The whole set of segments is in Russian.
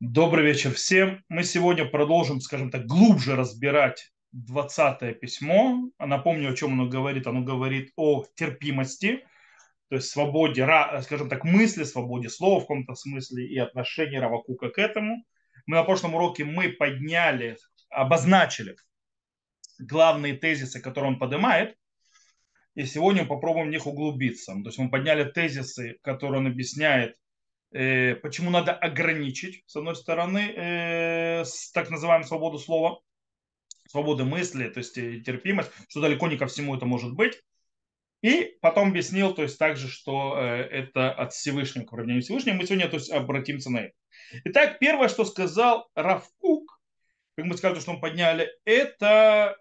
Добрый вечер всем. Мы сегодня продолжим, скажем так, глубже разбирать 20 письмо. Напомню, о чем оно говорит. Оно говорит о терпимости, то есть свободе, скажем так, мысли, свободе слова в каком-то смысле и отношении Равакука к этому. Мы на прошлом уроке мы подняли, обозначили главные тезисы, которые он поднимает, и сегодня мы попробуем в них углубиться. То есть мы подняли тезисы, которые он объясняет, почему надо ограничить, с одной стороны, так называемую свободу слова, свободу мысли, то есть терпимость, что далеко не ко всему это может быть. И потом объяснил, то есть также, что это от Всевышнего к управлению Всевышнего. Мы сегодня, то есть, обратимся на это. Итак, первое, что сказал Рав Кук, как мы сказали, что мы подняли, это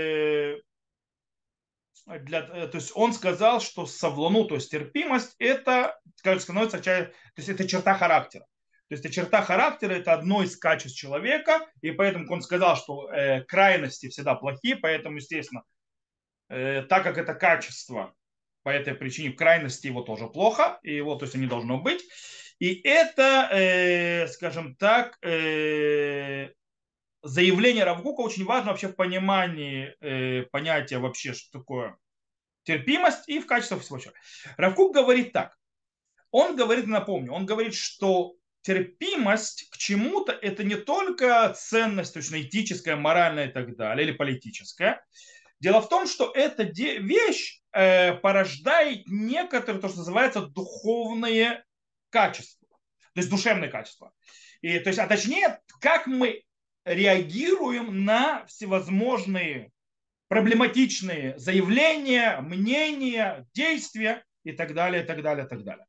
то есть он сказал, что савлану, то есть терпимость, это, скажем, становится, то есть это черта характера. То есть это черта характера, это одно из качеств человека, и поэтому он сказал, что крайности всегда плохие, поэтому, естественно, так как это качество, по этой причине в крайности его тоже плохо, и его, то есть, не должно быть. И это, скажем так, заявление Равгука очень важно вообще в понимании понятия вообще, что такое терпимость и в качестве всего человека. Равкук говорит так. Он говорит, напомню, он говорит, что терпимость к чему-то это не только ценность, точно этическая, моральная и так далее, или политическая. Дело в том, что эта вещь порождает некоторые, то, что называется, духовные качества, то есть душевные качества. И, то есть, а точнее, как мы реагируем на всевозможные проблематичные заявления, мнения, действия и так далее, и так далее, и так далее.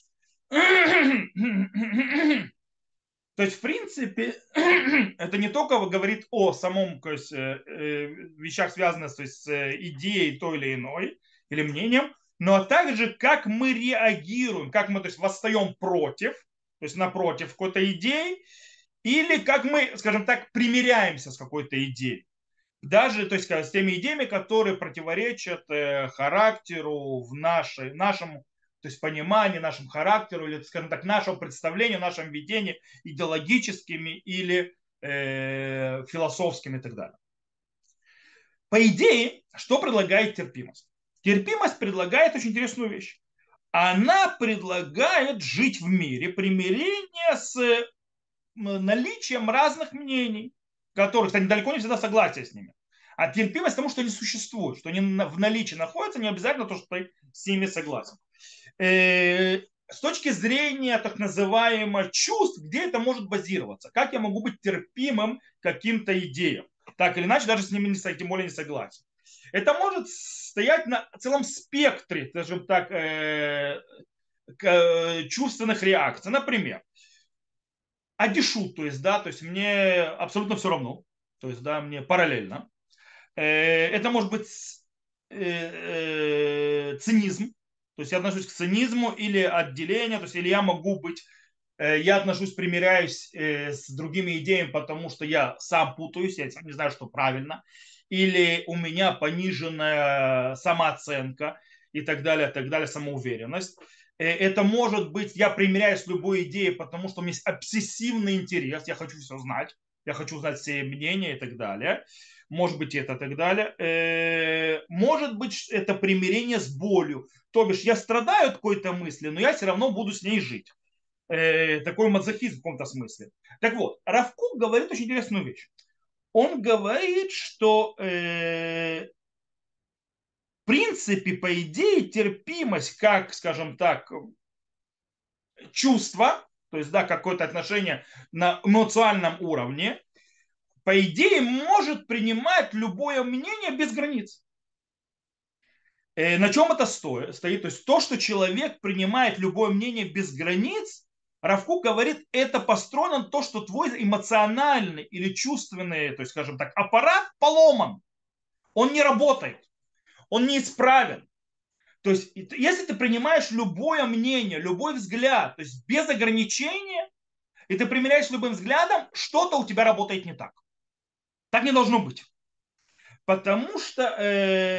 То есть, в принципе, это не только говорит о самом, то есть, вещах, связанных, то есть, с идеей той или иной, или мнением, но также как мы реагируем, как мы, то есть, восстаем против, то есть напротив какой-то идеи, или как мы, скажем так, примиряемся с какой-то идеей. Даже, то есть, с теми идеями, которые противоречат характеру нашему, то есть пониманию, нашему характеру, или, скажем так, нашему представлению, нашему видению идеологическими или философскими и так далее. По идее, что предлагает терпимость? Терпимость предлагает очень интересную вещь. Она предлагает жить в мире примирение с наличием разных мнений, которых, кстати, далеко не всегда согласие с ними. А терпимость тому, что они существуют, что они в наличии находятся, не обязательно то, что ты с ними согласен. С точки зрения так называемых чувств, где это может базироваться? Как я могу быть терпимым к каким-то идеям? Так или иначе, даже с ними тем более не согласен. Это может стоять на целом спектре, скажем так, чувственных реакций. Например, адишут, то есть, да, то есть мне абсолютно все равно, то есть, да, мне параллельно. Это может быть цинизм, то есть я отношусь к цинизму или отделению, то есть или я могу быть, я отношусь, примиряюсь с другими идеями, потому что я сам путаюсь, я не знаю, что правильно, или у меня пониженная самооценка и так далее, самоуверенность. Это может быть, я примиряюсь с любой идеей, потому что у меня есть обсессивный интерес, я хочу все знать, я хочу знать все мнения и так далее. Может быть, это и так далее. Может быть, это примирение с болью. То бишь, я страдаю от какой-то мысли, но я все равно буду с ней жить. Такой мазохизм в каком-то смысле. Так вот, Равкук говорит очень интересную вещь. Он говорит, что в принципе, по идее, терпимость, как, скажем так, чувство, то есть, да, какое-то отношение на эмоциональном уровне, по идее, может принимать любое мнение без границ. На чем это стоит? То есть то, что человек принимает любое мнение без границ, Равкук говорит, это построено на то, что твой эмоциональный или чувственный, то есть, скажем так, аппарат поломан. Он не работает, он неисправен. То есть, если ты принимаешь любое мнение, любой взгляд, то есть без ограничения, и ты примеряешь любым взглядом, что-то у тебя работает не так. Так не должно быть. Потому что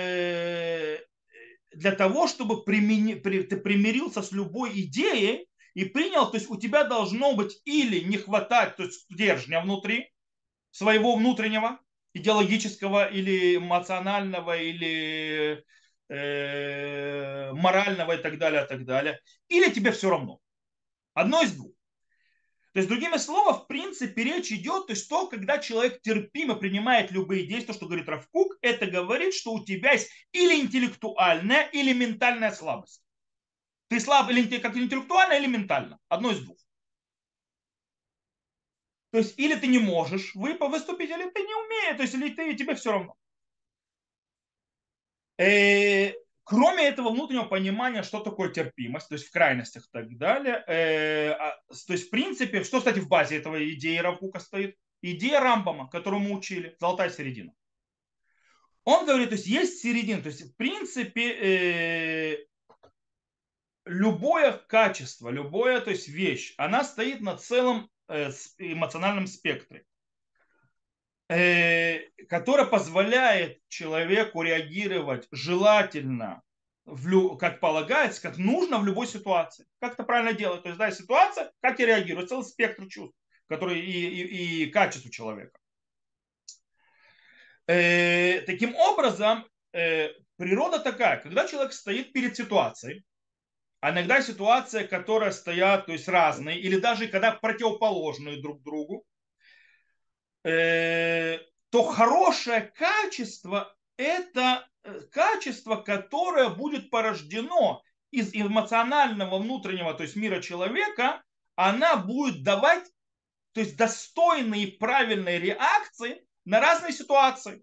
для того, чтобы ты примирился с любой идеей, и принял, то есть у тебя должно быть или не хватать, то есть стержня внутри, своего внутреннего, идеологического или эмоционального, или морального и так далее, и так далее. Или тебе все равно. Одно из двух. То есть, другими словами, в принципе, речь идет, то есть то, когда человек терпимо принимает любые действия, то, что говорит Рав Кук, это говорит, что у тебя есть или интеллектуальная, или ментальная слабость. Ты слаб или как интеллектуально, или ментально. Одно из двух. То есть, или ты не можешь выступить, или ты не умеешь, то есть, или тебе все равно. Кроме этого внутреннего понимания, что такое терпимость, то есть в крайностях и так далее, то есть в принципе, что, кстати, в базе этого идеи Равкука стоит? Идея Рамбама, которую мы учили, золотая середина. Он говорит, то есть середина, то есть в принципе любое качество, любое, то есть вещь, она стоит на целом эмоциональном спектре, которая позволяет человеку реагировать желательно, как полагается, как нужно в любой ситуации. Как это правильно делать? То есть, да, ситуация, как я реагирую, целый спектр чувств, которые и качество человека. Таким образом, природа такая, когда человек стоит перед ситуацией, а иногда ситуация, которая стоят, то есть разные, или даже когда противоположные друг другу, то хорошее качество – это качество, которое будет порождено из эмоционального внутреннего, то есть мира человека, она будет давать, то есть достойные и правильные реакции на разные ситуации.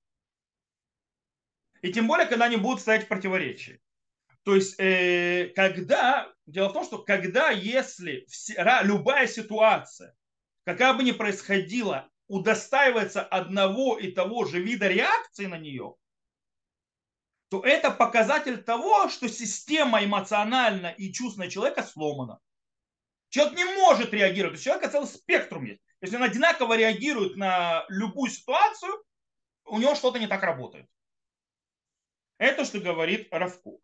И тем более, когда они будут стоять в противоречии. То есть, дело в том, что если любая ситуация, какая бы ни происходила, удостаивается одного и того же вида реакции на нее, то это показатель того, что система эмоциональная и чувственная человека сломана. Человек не может реагировать. У человека целый спектрум есть. Если он одинаково реагирует на любую ситуацию, у него что-то не так работает. Это что говорит Равкук.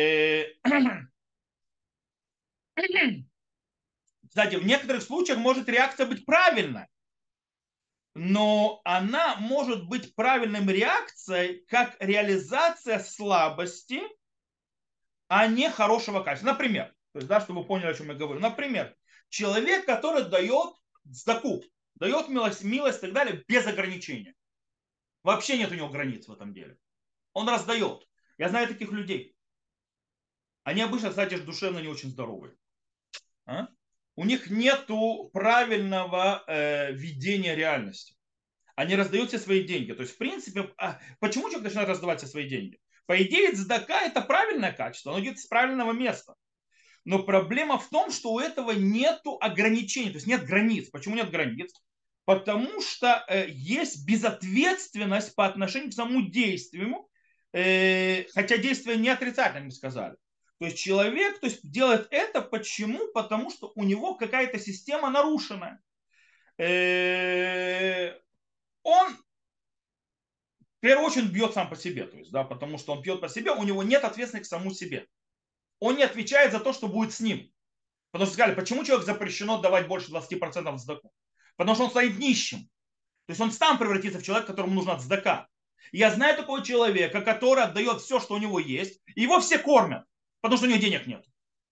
Кстати, в некоторых случаях может реакция быть правильной, но она может быть правильной реакцией как реализация слабости, а не хорошего качества. Например, то есть, да, чтобы вы поняли, о чем я говорю. Например, человек, который дает сдаку, дает милость и так далее без ограничения. Вообще нет у него границ в этом деле. Он раздает. Я знаю таких людей. Они обычно, кстати, душевно не очень здоровые. А? У них нет правильного видения реальности. Они раздают все свои деньги. То есть, в принципе, почему человек начинает раздавать все свои деньги? По идее, цдака – это правильное качество, оно идет с правильного места. Но проблема в том, что у этого нет ограничений, то есть нет границ. Почему нет границ? Потому что есть безответственность по отношению к самому действию, хотя действие не отрицательно, мы сказали. То есть человек, то есть делает это почему? Потому что у него какая-то система нарушенная. Он в первую очередь бьет сам по себе, то есть, да, потому что он бьет по себе, у него нет ответственности к самому себе. Он не отвечает за то, что будет с ним. Потому что сказали, почему человеку запрещено давать больше 20% цдаку? Потому что он станет нищим. То есть он сам превратится в человека, которому нужна цдака. И я знаю такого человека, который отдает все, что у него есть, и его все кормят, потому что у него денег нет.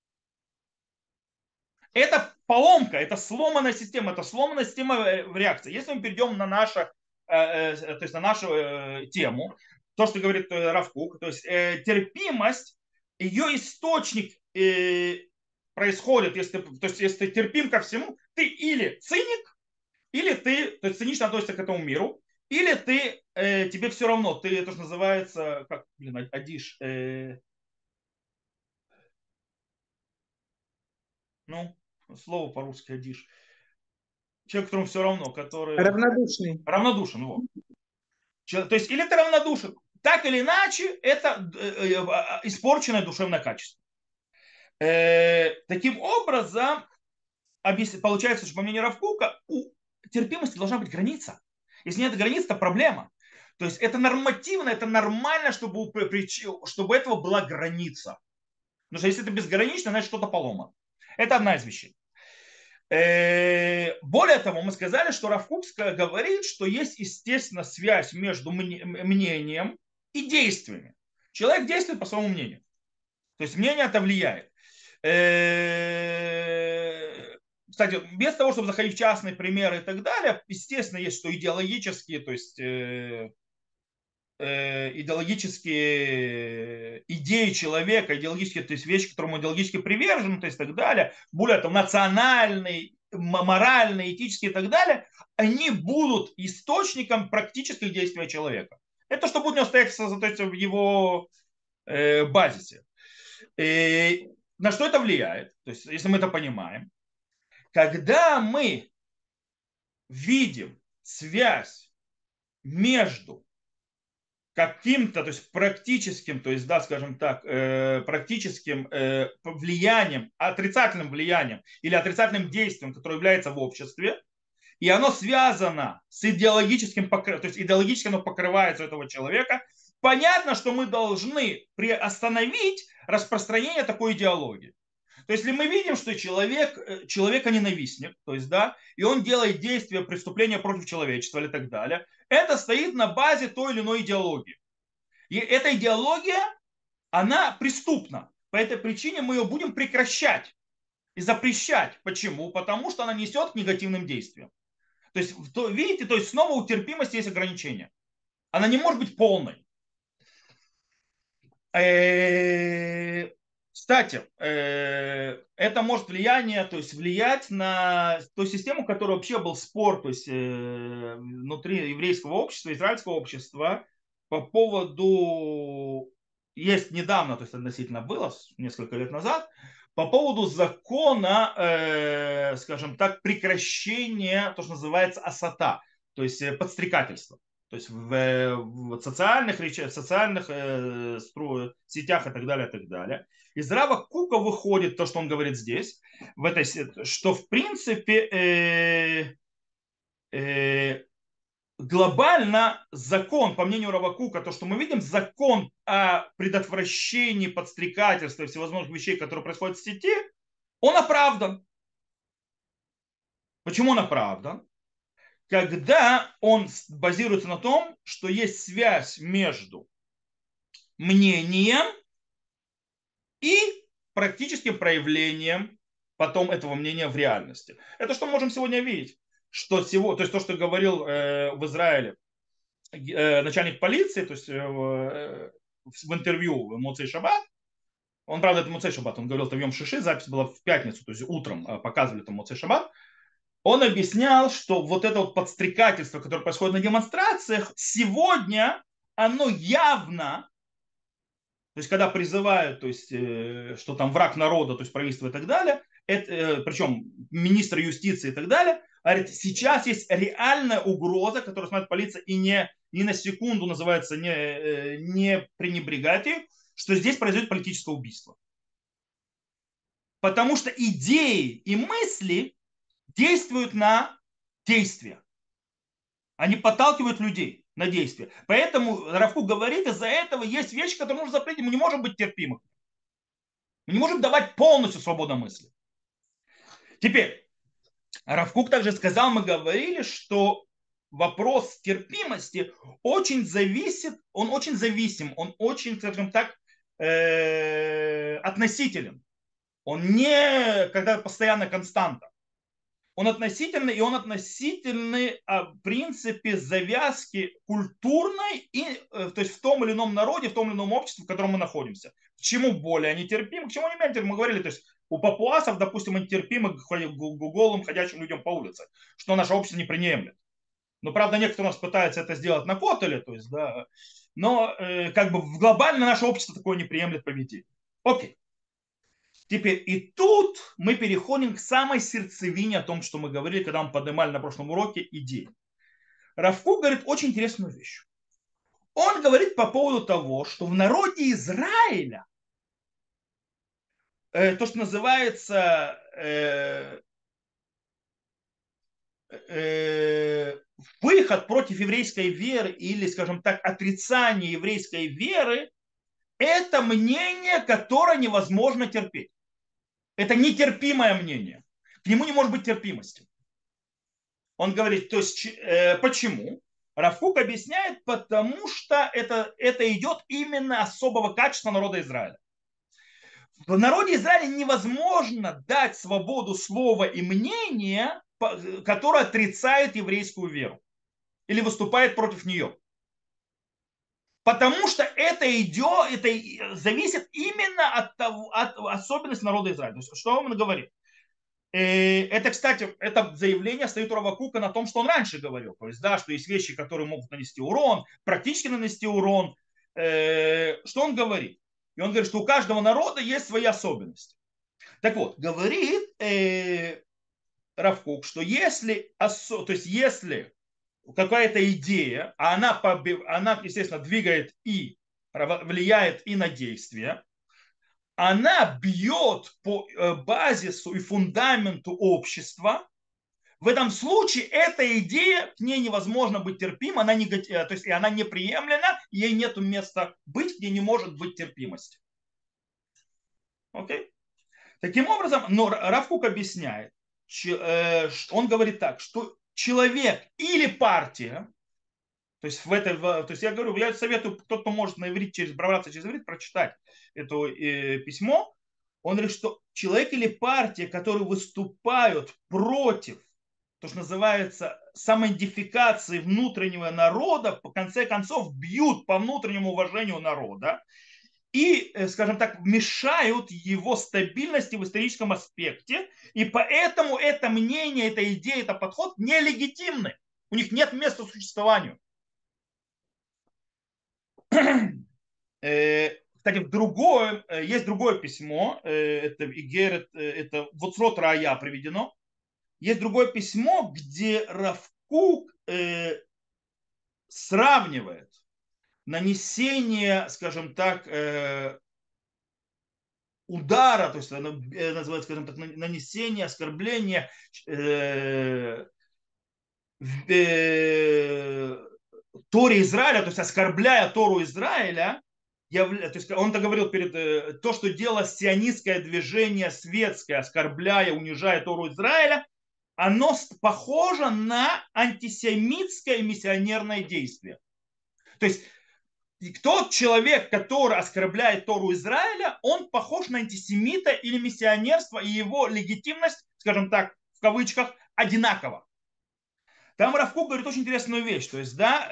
Это поломка, это сломанная система, это сломанная система реакции. Если мы перейдем на то есть на нашу тему, то, что говорит Равкук, то есть терпимость, ее источник происходит, то есть если ты терпим ко всему, ты или циник, или ты то есть, цинично относишься к этому миру, или ты, тебе все равно, ты это же называется, как, блин, адиш, ну, слово по-русски адиш. Человек, которому все равно, который Равнодушный. равнодушен. Вот. То есть или ты равнодушен, так или иначе, это испорченное душевное качество. Таким образом, получается, что по мнению Равкука, у терпимости должна быть граница. Если нет границ, то проблема. То есть это нормативно, это нормально, чтобы этого была граница. Потому что если это безгранично, значит что-то поломано. Это одна из вещей. Более того, мы сказали, что Рав Кук говорит, что есть, естественно, связь между мнением и действиями. Человек действует по своему мнению. То есть мнение это влияет. Кстати, без того, чтобы заходить в частные примеры и так далее, естественно, есть что идеологические, то есть идеологические идеи человека, идеологические, то есть вещи, к которым он идеологически привержен, то есть и так далее, более того, национальные, моральные, этические и так далее, они будут источником практических действий человека. Это что будет у него стоять то есть, в его базисе. И на что это влияет? То есть, если мы это понимаем, когда мы видим связь между каким-то, то есть практическим, то есть, да, скажем так, практическим влиянием, отрицательным влиянием или отрицательным действием, которое является в обществе, и оно связано с идеологическим, то есть идеологически оно покрывается у этого человека, понятно, что мы должны приостановить распространение такой идеологии. То есть, если мы видим, что человек, человека-ненавистник, то есть, да, и он делает действия, преступления против человечества или так далее, это стоит на базе той или иной идеологии. И эта идеология, она преступна. По этой причине мы ее будем прекращать и запрещать. Почему? Потому что она несет к негативным действиям. То есть, видите, то есть снова у терпимости есть ограничения. Она не может быть полной. Кстати, это может то есть влиять на ту систему, которая вообще был спор, то есть внутри еврейского общества, израильского общества по поводу, есть недавно, то есть относительно было, несколько лет назад, по поводу закона, скажем так, прекращения, то, что называется асата, то есть подстрекательство. То есть в социальных, социальных сетях и так далее, и так далее. Из Рава Кука выходит то, что он говорит здесь, в этой, что в принципе глобально закон, по мнению Рава Кука, то, что мы видим, закон о предотвращении подстрекательства и всевозможных вещей, которые происходят в сети, он оправдан. Почему он оправдан? Когда он базируется на том, что есть связь между мнением и практическим проявлением потом этого мнения в реальности. Это что мы можем сегодня видеть? То есть то, что говорил в Израиле начальник полиции, то есть в интервью в Моцей Шаббат, он, правда, это Моцей Шаббат, он говорил, это в Йом Шиши, запись была в пятницу, то есть утром показывали там Моцей Шаббат, он объяснял, что вот это вот подстрекательство, которое происходит на демонстрациях, сегодня оно явно, то есть когда призывают, то есть, что там враг народа, то есть правительство и так далее, причем министр юстиции и так далее, говорит, сейчас есть реальная угроза, которую смотрит полиция и не на секунду называется не пренебрегать их, что здесь произойдет политическое убийство. Потому что идеи и мысли действуют на действия. Они подталкивают людей на действия. Поэтому Равку говорит, из-за этого есть вещи, которые нужно запретить. Мы не можем быть терпимы. Мы не можем давать полностью свободу мысли. Теперь, Равкук также сказал, мы говорили, что вопрос терпимости очень зависит, он очень зависим, он очень, скажем так, относителен. Он не когда постоянно константа. Он относительный, и он относительный в принципе завязки культурной, то есть в том или ином народе, в том или ином обществе, в котором мы находимся. К чему более они терпимы, к чему не менее терпимы. Мы говорили, то есть у папуасов, допустим, они терпимы к голым ходячим людям по улице, что наше общество не приемлет. Но, правда, некоторые у нас пытаются это сделать на котеле, то есть, да, но как бы глобально наше общество такое не приемлет поведение. Окей. Теперь и тут мы переходим к самой сердцевине о том, что мы говорили, когда мы поднимали на прошлом уроке идеи. Равку говорит очень интересную вещь. Он говорит по поводу того, что в народе Израиля то, что называется выход против еврейской веры или, скажем так, отрицание еврейской веры, это мнение, которое невозможно терпеть. Это нетерпимое мнение. К нему не может быть терпимости. Он говорит, то есть, почему? Рав Кук объясняет, потому что это идет именно особого качества народа Израиля. В народе Израиля невозможно дать свободу слова и мнения, которое отрицает еврейскую веру или выступает против нее. Потому что это зависит именно от особенностей народа Израиля. То есть, что он говорит? Это, кстати, это заявление стоит у Рава Кука на том, что он раньше говорил. То есть, да, что есть вещи, которые могут нанести урон, практически нанести урон. Что он говорит? И он говорит, что у каждого народа есть свои особенности. Так вот, говорит Рав Кук, что то есть, если какая-то идея, а она, естественно, двигает и влияет и на действие, она бьет по базису и фундаменту общества. В этом случае эта идея, к ней невозможно быть терпим, то есть и она неприемлема, ей нет места быть, где не может быть терпимости. Окей? Таким образом, но Рав Кук объясняет, он говорит так, что человек или партия, то есть я говорю, я советую, кто может на иврит пробраться через иврит, прочитать это письмо. Он говорит, что человек или партия, которые выступают против, то, что называется, самоидентификации внутреннего народа, по конце концов бьют по внутреннему уважению народа и, скажем так, мешают его стабильности в историческом аспекте, и поэтому это мнение, эта идея, это подход нелегитимны. У них нет места существованию. Кстати, есть другое письмо, это Игерет, это Воцрот Рая приведено. Есть другое письмо, где Рав Кук сравнивает нанесение, скажем так, удара, то есть оно называется, скажем так, нанесение, оскорбление Торе Израиля, то есть оскорбляя Тору Израиля, то есть он-то говорил то, что делало сионистское движение светское, оскорбляя, унижая Тору Израиля, оно похоже на антисемитское и миссионерное действие. То есть тот человек, который оскорбляет Тору Израиля, он похож на антисемита или миссионерство, и его легитимность, скажем так, в кавычках, одинакова. Там Рав Кук говорит очень интересную вещь. То есть, да,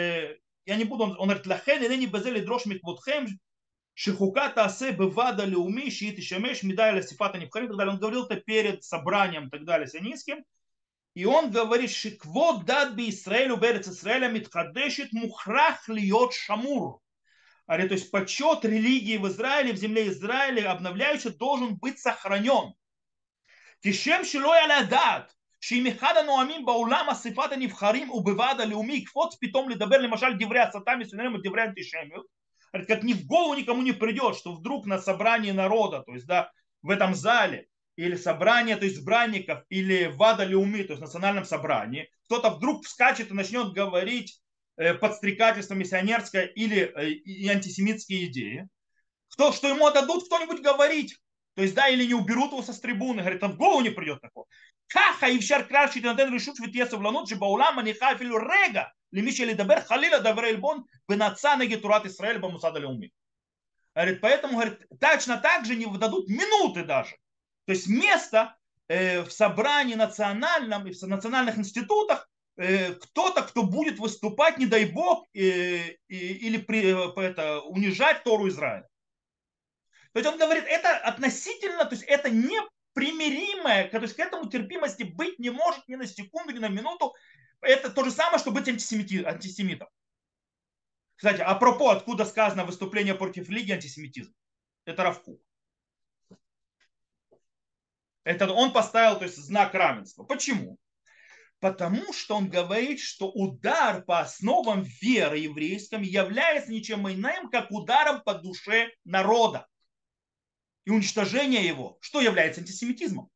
я не буду, он говорит, лахен инени базели дрош миквотхем, шихука таасе бевада леуми, шиит и шамеш, медайля сифата небхарим, и так далее. Он говорил это перед собранием и так далее сионистским. И он говорит, шиквот дат би Исраэлю берец Исраэля митхадешит мухрах льет шамур. То есть почет религии в Израиле, в земле Израиля обновляющий должен быть сохранен. כשם שלא יעלה הדעת שאם אחד הנואמים בעולם אספת הנבחרים ובוועד הלאומי יקפוץ פתאום לדבר למשל דברי הסתה מסוימים או דברי אנטישמיות, как ни в голову никому не придет, что вдруг на собрании народа, то есть да, в этом зале, или собрание, то есть избранников, или вада леуми, то есть национальном собрании, кто-то вдруг вскачет и начнет говорить подстрекательство миссионерское или и антисемитские идеи, что ему отдадут кто-нибудь говорить. То есть, да, или не уберут его со трибуны. Говорит, там в голову не придет такого. ככה אי אפשר כלל שתינתן רשות ותהיה סובלנות שבעולם מניחה אפילו רגע למי שלדבר חלילה דברי עלבון ונאצה נגד תורת ישראל במוסד הלאומי. Говорит, поэтому, говорит, точно так же не дадут минуты даже. То есть место в собрании национальном и в национальных институтах кто-то, кто будет выступать, не дай бог, или унижать Тору Израиля. То есть он говорит, это относительно, то есть это непримиримое, то есть к этому терпимости быть не может ни на секунду, ни на минуту. Это то же самое, что быть антисемитом. Кстати, апропо, откуда сказано выступление против религии антисемитизм. Это Рав Кук. Это он поставил, то есть, знак равенства. Почему? Потому что он говорит, что удар по основам веры еврейском является ничем иным, как ударом по душе народа. И уничтожение его, что является антисемитизмом.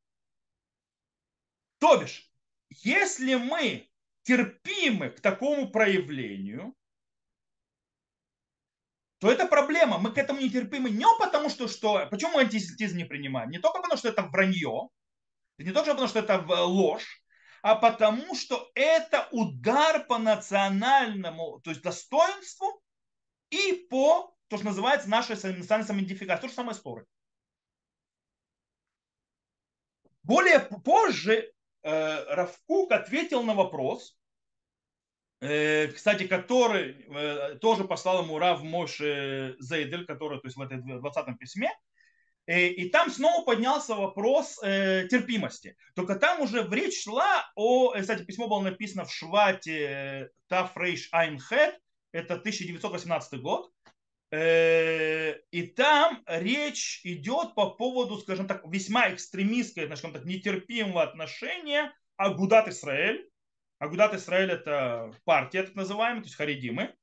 То бишь, если мы терпимы к такому проявлению, то это проблема. Мы к этому нетерпимы не потому, что почему мы антисемитизм не принимаем? Не только потому, что это вранье, не только потому, что это ложь, а потому, что это удар по национальному, то есть достоинству и по то, что называется нашей национальной самоидентификации. То же самое с Торой. Более позже Рав Кук ответил на вопрос, кстати, который тоже послал ему Рав Моше Зейдель, который, то есть в этой 20-м письме, и там снова поднялся вопрос терпимости. Только там уже речь шла о... Кстати, письмо было написано в Швате Таф Рейш Айн Хет, это 1918 год. И там речь идет по поводу, скажем так, весьма экстремистского, скажем так, нетерпимого отношения Агудат Исраэль. Агудат Исраэль это партия, так называемая, то есть харидимы,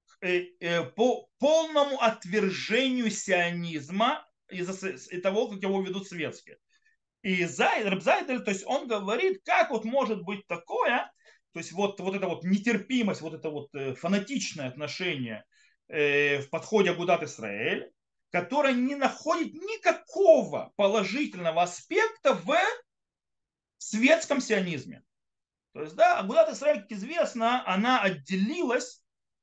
по полному отвержению сионизма из-за того, как его ведут светские. И Рэб Зайдель, то есть он говорит, как вот может быть такое, то есть вот эта вот нетерпимость, вот это вот фанатичное отношение в подходе Агудат Исраэль, которое не находит никакого положительного аспекта в светском сионизме. То есть, да, Агудат Исраэль, как известно, она отделилась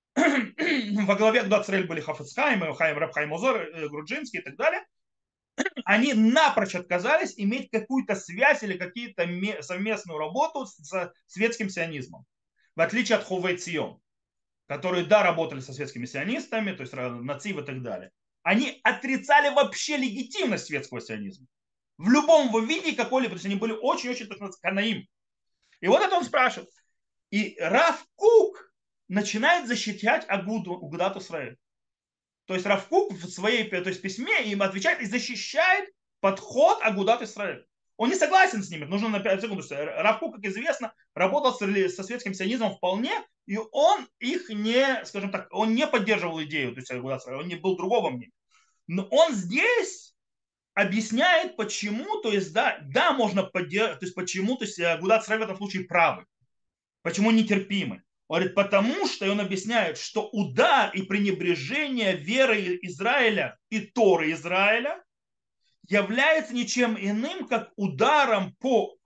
во главе Агудат Исраэль были Хафецхайм, Раб Хайм Озор, Груджинский и так далее. Они напрочь отказались иметь какую-то связь или какие-то совместную работу с светским сионизмом. В отличие от Хувей Цион, которые, да, работали со светскими сионистами, то есть нацив и так далее. Они отрицали вообще легитимность светского сионизма. В любом его виде какой-либо, то есть они были очень-очень, так сказать, канаим. И вот это он спрашивает. И Рав Кук начинает защищать Агудат Исраэль. То есть Рав Кук в своей то есть, письме им отвечает и защищает подход Агудат Исраэль. Он не согласен с ними. Нужно на 5 секунд. Рав Кук, как известно, работал со светским сионизмом вполне, и он их не, скажем так, он не поддерживал идею, то есть Агудат Исраэль, он не был другого мнения. Но он здесь объясняет, почему, то есть, да, можно поддерживать, то есть, почему, то есть, Агудат Исраэль в этом случае правы. Почему нетерпимы? Он говорит, потому что, и он объясняет, что удар и пренебрежение веры Израиля и Торы Израиля является ничем иным, как ударом по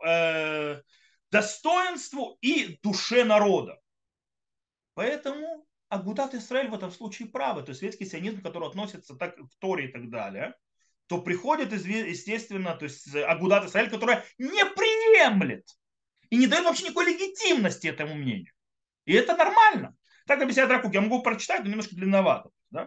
достоинству и душе народа. Поэтому Агудат Исраэль в этом случае правы. То есть светский сионизм, который относится так к Торе и так далее, то приходит, естественно, то есть Агудат Исраэль, которая не приемлет и не дает вообще никакой легитимности этому мнению. И это нормально. Так объясняет Рав Кук. Я могу прочитать, но немножко длинновато. Да?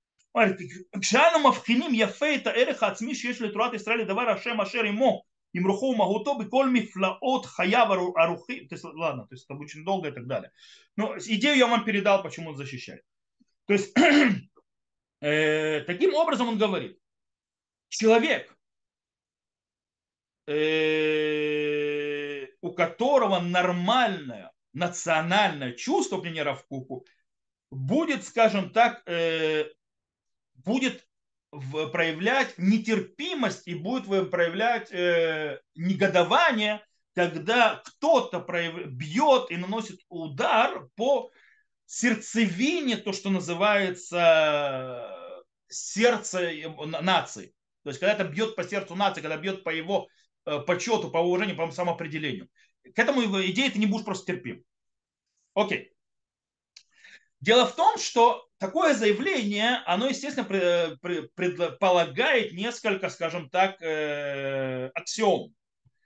Кшану мавхиним яфе это эреха ацми шеш литурат Исраэль давар ашем ашер имо имруху магуто беколь мифлаот хаяв арухи. То есть, ладно, то есть это очень долго и так далее. Но идею я вам передал, почему он защищает. То есть, таким образом он говорит, человек, у которого нормальное национальное чувство, к мнению Рав Куку, будет, скажем так, будет проявлять нетерпимость и будет проявлять негодование, когда кто-то бьет и наносит удар по сердцевине, то, что называется сердце нации. То есть, когда это бьет по сердцу нации, когда бьет по его почету, по уважению, по самоопределению. К этому идее ты не будешь просто терпим. Окей. Дело в том, что такое заявление, оно, естественно, предполагает несколько, скажем так, аксиом,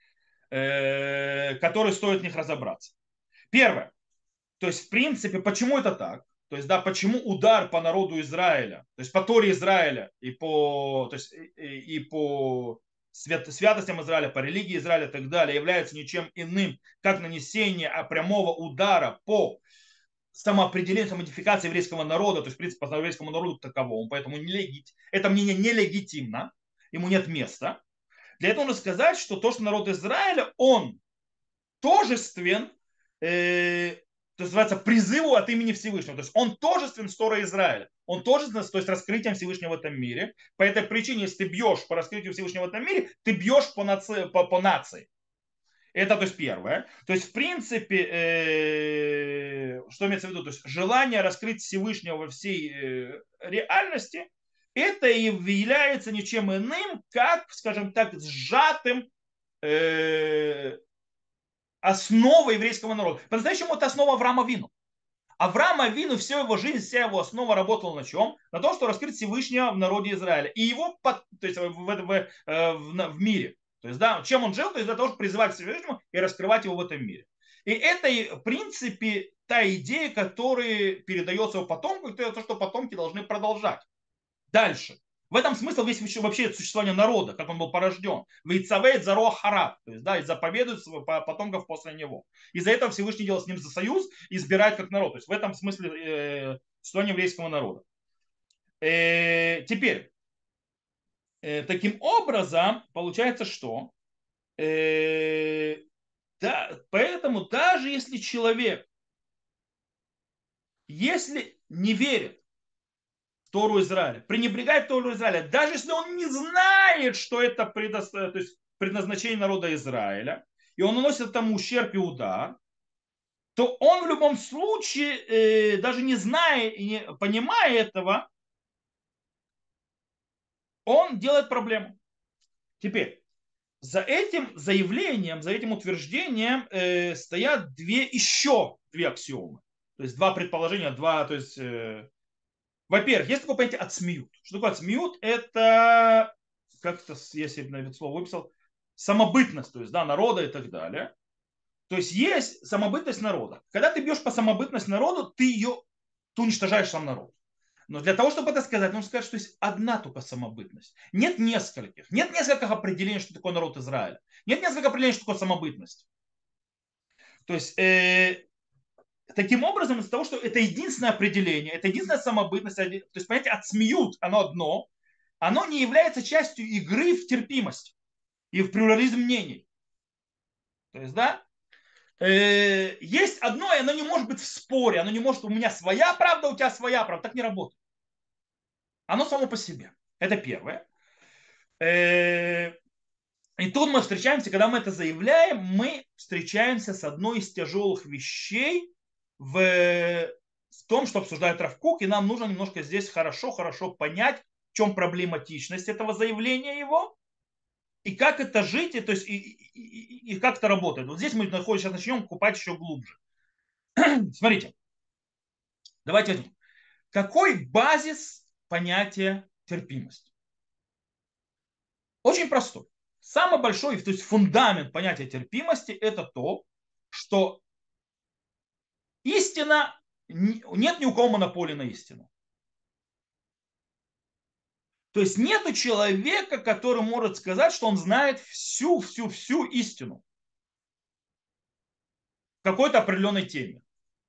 которые стоит в них разобраться. Первое. То есть, в принципе, почему это так? То есть, да, почему удар по народу Израиля, то есть по Торе Израиля и по, то есть, и по святостям Израиля, по религии Израиля и так далее, является ничем иным, как нанесение прямого удара по самоопределение, самоидентификация еврейского народа, то есть, в принципе, по еврейскому народу таковому, поэтому это мнение нелегитимно, ему нет места. Для этого нужно сказать, что то, что народ Израиля, он тожествен, то называется призыву от имени Всевышнего. То есть он тожествен с Торой Израиля. Он тожествен, то есть раскрытием Всевышнего в этом мире. По этой причине, если ты бьешь по раскрытию Всевышнего в этом мире, ты бьешь по нации. Это, то есть, первое. То есть, в принципе, что имеется в виду? То есть, желание раскрыть Всевышнего во всей реальности, это и является ничем иным, как, скажем так, сжатым э, основой еврейского народа. По-настоящему это основа Авраама Вину. Авраам Авину, всю его жизнь, вся его основа работала на чем? На том, что раскрыть Всевышнего в народе Израиля. И его, то есть в мире. То есть, да, чем он жил? То есть для того, чтобы призывать к Всевышнему и раскрывать его в этом мире. И это, в принципе, та идея, которая передается его потомку, и то, что потомки должны продолжать. Дальше. В этом смысл весь вообще существование народа, как он был порожден. Вейцавейт заро хараб, то есть, да, и заповедует потомков после него. Из-за этого Всевышний делал с ним за союз и избирает как народ. То есть в этом смысле существование еврейского народа. Теперь, таким образом, получается, что да, поэтому даже если человек, если не верит Тору Израиля, пренебрегает Тору Израиля, даже если он не знает, что это то есть предназначение народа Израиля, и он наносит этому ущерб и удар, то он в любом случае, даже не зная и не понимая этого, он делает проблему. Теперь, за этим заявлением, за этим утверждением стоят еще две аксиомы. То есть два предположения, то есть во-первых, есть такое понятие отсмеют. Что такое отсмеют? Это, как-то, если на слово выписал, самобытность, то есть, да, народа и так далее. То есть есть самобытность народа. Когда ты бьешь по самобытности народу, ты уничтожаешь сам народ. Но для того, чтобы это сказать, нужно сказать, что есть одна только самобытность. Нет нескольких. Нет нескольких определений, что такое народ Израиля. Нет нескольких определений, что такое самобытность. То есть таким образом, из-за того, что это единственное определение, это единственная самобытность, то есть понятие отсмеют, оно одно, оно не является частью игры в терпимость и в плюрализм мнений. То есть, да, есть одно, и оно не может быть в споре, оно не может, у меня своя правда, у тебя своя правда, так не работает. Оно само по себе. Это первое. И тут мы встречаемся, когда мы это заявляем, мы встречаемся с одной из тяжелых вещей в том, что обсуждает Рав Кук, и нам нужно немножко здесь хорошо понять, в чем проблематичность этого заявления его, и как это жить, и, то есть, и как это работает. Вот здесь мы сейчас начнем купать еще глубже. Смотрите, давайте возьмем. Какой базис понятия терпимость? Очень простой. Самый большой, то есть фундамент понятия терпимости, это то, что истина, нет ни у кого монополии на истину. То есть нет человека, который может сказать, что он знает всю истину в какой-то определенной теме.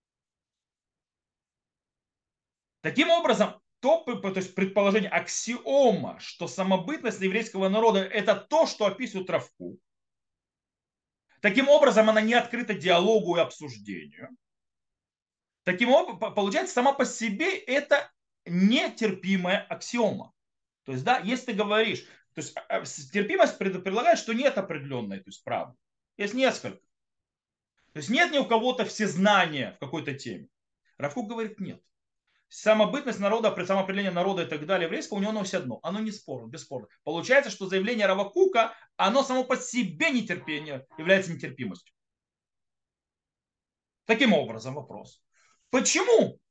Таким образом, то есть предположение аксиома, что самобытность еврейского народа это то, что описывает Рав Кук. Таким образом, она не открыта диалогу и обсуждению. Таким образом, получается, сама по себе это нетерпимая аксиома. То есть, да, если ты говоришь, то есть терпимость предполагает, что нет определенной, то есть правды. Есть несколько. То есть нет ни у кого-то всезнания в какой-то теме. Рав Кук говорит, нет. Самобытность народа, самоопределение народа и так далее еврейского, у него оно все одно. Оно не спорно, бесспорно. Получается, что заявление Рава Кука, оно само по себе нетерпение, является нетерпимостью. Таким образом, вопрос. Почему?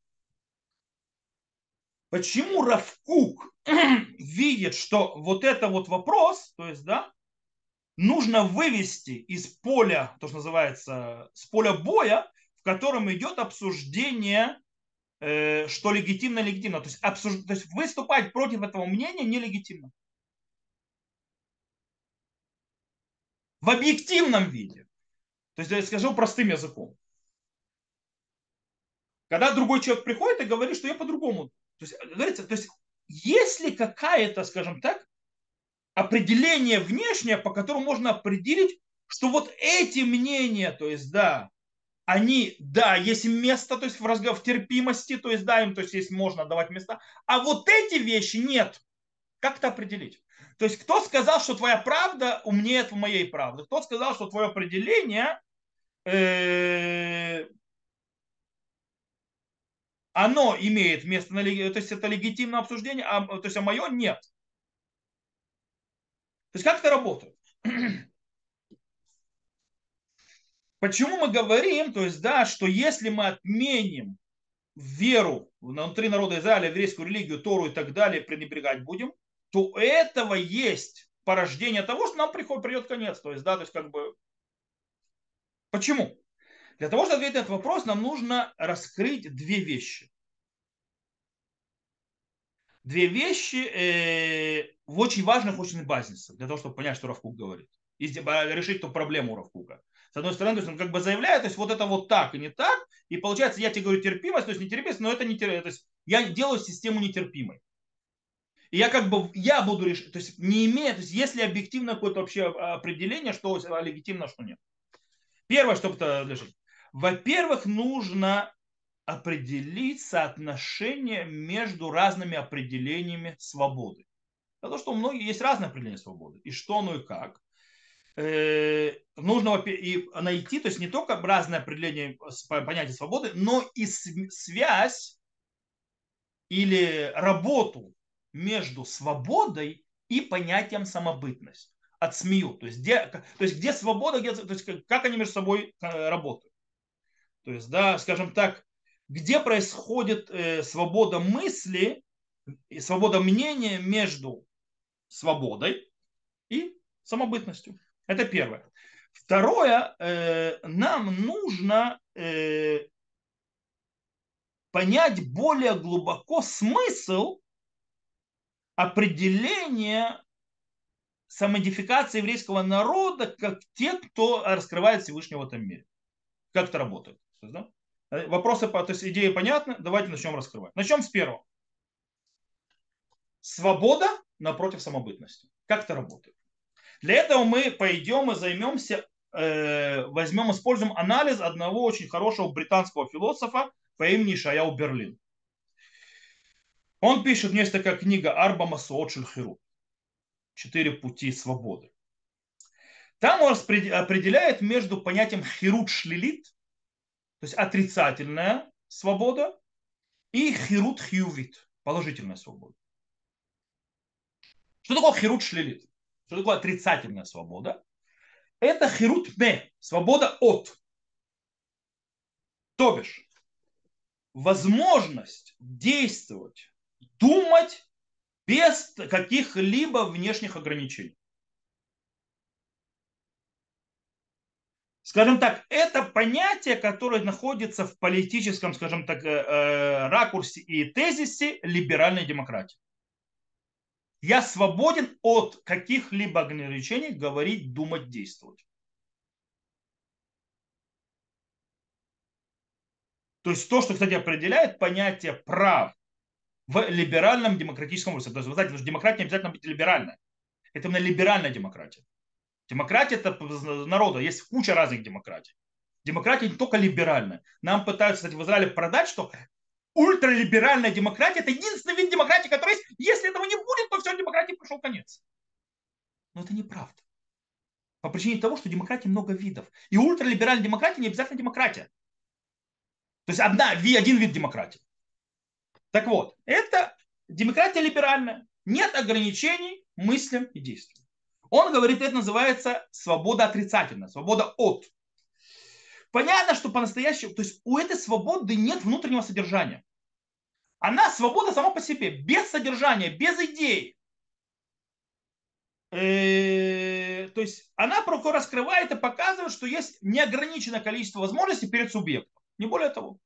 Почему Рав Кук видит, что вот это вот вопрос, то есть, да, нужно вывести из поля, то, что называется, с поля боя, в котором идет обсуждение, что легитимно, легитимно. То есть, то есть выступать против этого мнения нелегитимно. В объективном виде. То есть, я скажу простым языком. Когда другой человек приходит и говорит, что я по-другому. То есть, говорится, то есть, если какая-то, скажем так, определение внешнее, по которому можно определить, что вот эти мнения, то есть, да, они, да, есть место, то есть в терпимости, то есть, да, им, то есть, есть можно давать места, а вот эти вещи нет. Как это определить? То есть кто сказал, что твоя правда умнее моей правды? Кто сказал, что твое определение, э, оно имеет место, то есть это легитимное обсуждение, то есть а мое нет. То есть как это работает? Почему мы говорим, то есть, да, что если мы отменим веру внутри народа Израиля, еврейскую религию, Тору и так далее, пренебрегать будем, то у этого есть порождение того, что нам придет конец. То есть, да, то есть как бы, почему? Для того, чтобы ответить на этот вопрос, нам нужно раскрыть две вещи. Две вещи в очень важных, очень базисах, для того, чтобы понять, что Равкук говорит. И решить ту проблему Равкука. С одной стороны, то есть он как бы заявляет, то есть вот это вот так и не так, и получается, я тебе говорю терпимость, то есть не терпимость, но это не терпимость, то есть я делаю систему нетерпимой. И я как бы, я буду решать, то есть не имея, то есть если объективно какое-то вообще определение, что легитимно, что нет. Первое, что это лежит. Во-первых, нужно определить соотношение между разными определениями свободы. Потому что у многих есть разные определения свободы. И что оно и как. Нужно и найти, то есть не только разные определения понятия свободы, но и связь или работу между свободой и понятием самобытность. От СМИ. То есть где свобода, то есть как они между собой работают. То есть, да, скажем так, где происходит свобода мысли и свобода мнения между свободой и самобытностью. Это первое. Второе, нам нужно понять более глубоко смысл определения самоидентификации еврейского народа как те, кто раскрывает Всевышнего в этом мире. Как это работает? То есть, да? Вопросы, то есть идеи понятны, давайте начнем раскрывать. Начнем с первого. Свобода напротив самобытности. Как это работает? Для этого мы пойдем и займемся, возьмем, используем анализ одного очень хорошего британского философа по имени Шаяу Берлин. Он пишет, у него есть такая книга «Арба Масоот Шель Хирут». «Четыре пути свободы». Там он определяет между понятием хирут шлилит, то есть отрицательная свобода, и хирут хьювит, положительная свобода. Что такое хирут шлилит? Что такое отрицательная свобода? Это хирут ме, свобода от. То бишь, возможность действовать, думать без каких-либо внешних ограничений. Скажем так, это понятие, которое находится в политическом, скажем так, ракурсе и тезисе либеральной демократии. Я свободен от каких-либо ограничений говорить, думать, действовать. То есть то, что, кстати, определяет понятие прав в либеральном демократическом обществе. То есть, вы знаете, что демократия не обязательно быть либеральной. Это именно либеральная демократия. Демократия это народа. Есть куча разных демократий. Демократия не только либеральная. Нам пытаются, кстати, в Израиле продать, что ультралиберальная демократия это единственный вид демократии, который есть. Если этого не будет, то все, демократии пришел конец. Но это неправда. По причине того, что демократии много видов. И ультралиберальная демократия не обязательно демократия. То есть один вид демократии. Так вот, это демократия либеральная. Нет ограничений мыслям и действиям. Он говорит, это называется свобода отрицательная, свобода от. Понятно, что по-настоящему, то есть у этой свободы нет внутреннего содержания. Она свобода сама по себе, без содержания, без идей. То есть она просто раскрывает и показывает, что есть неограниченное количество возможностей перед субъектом. Не более того.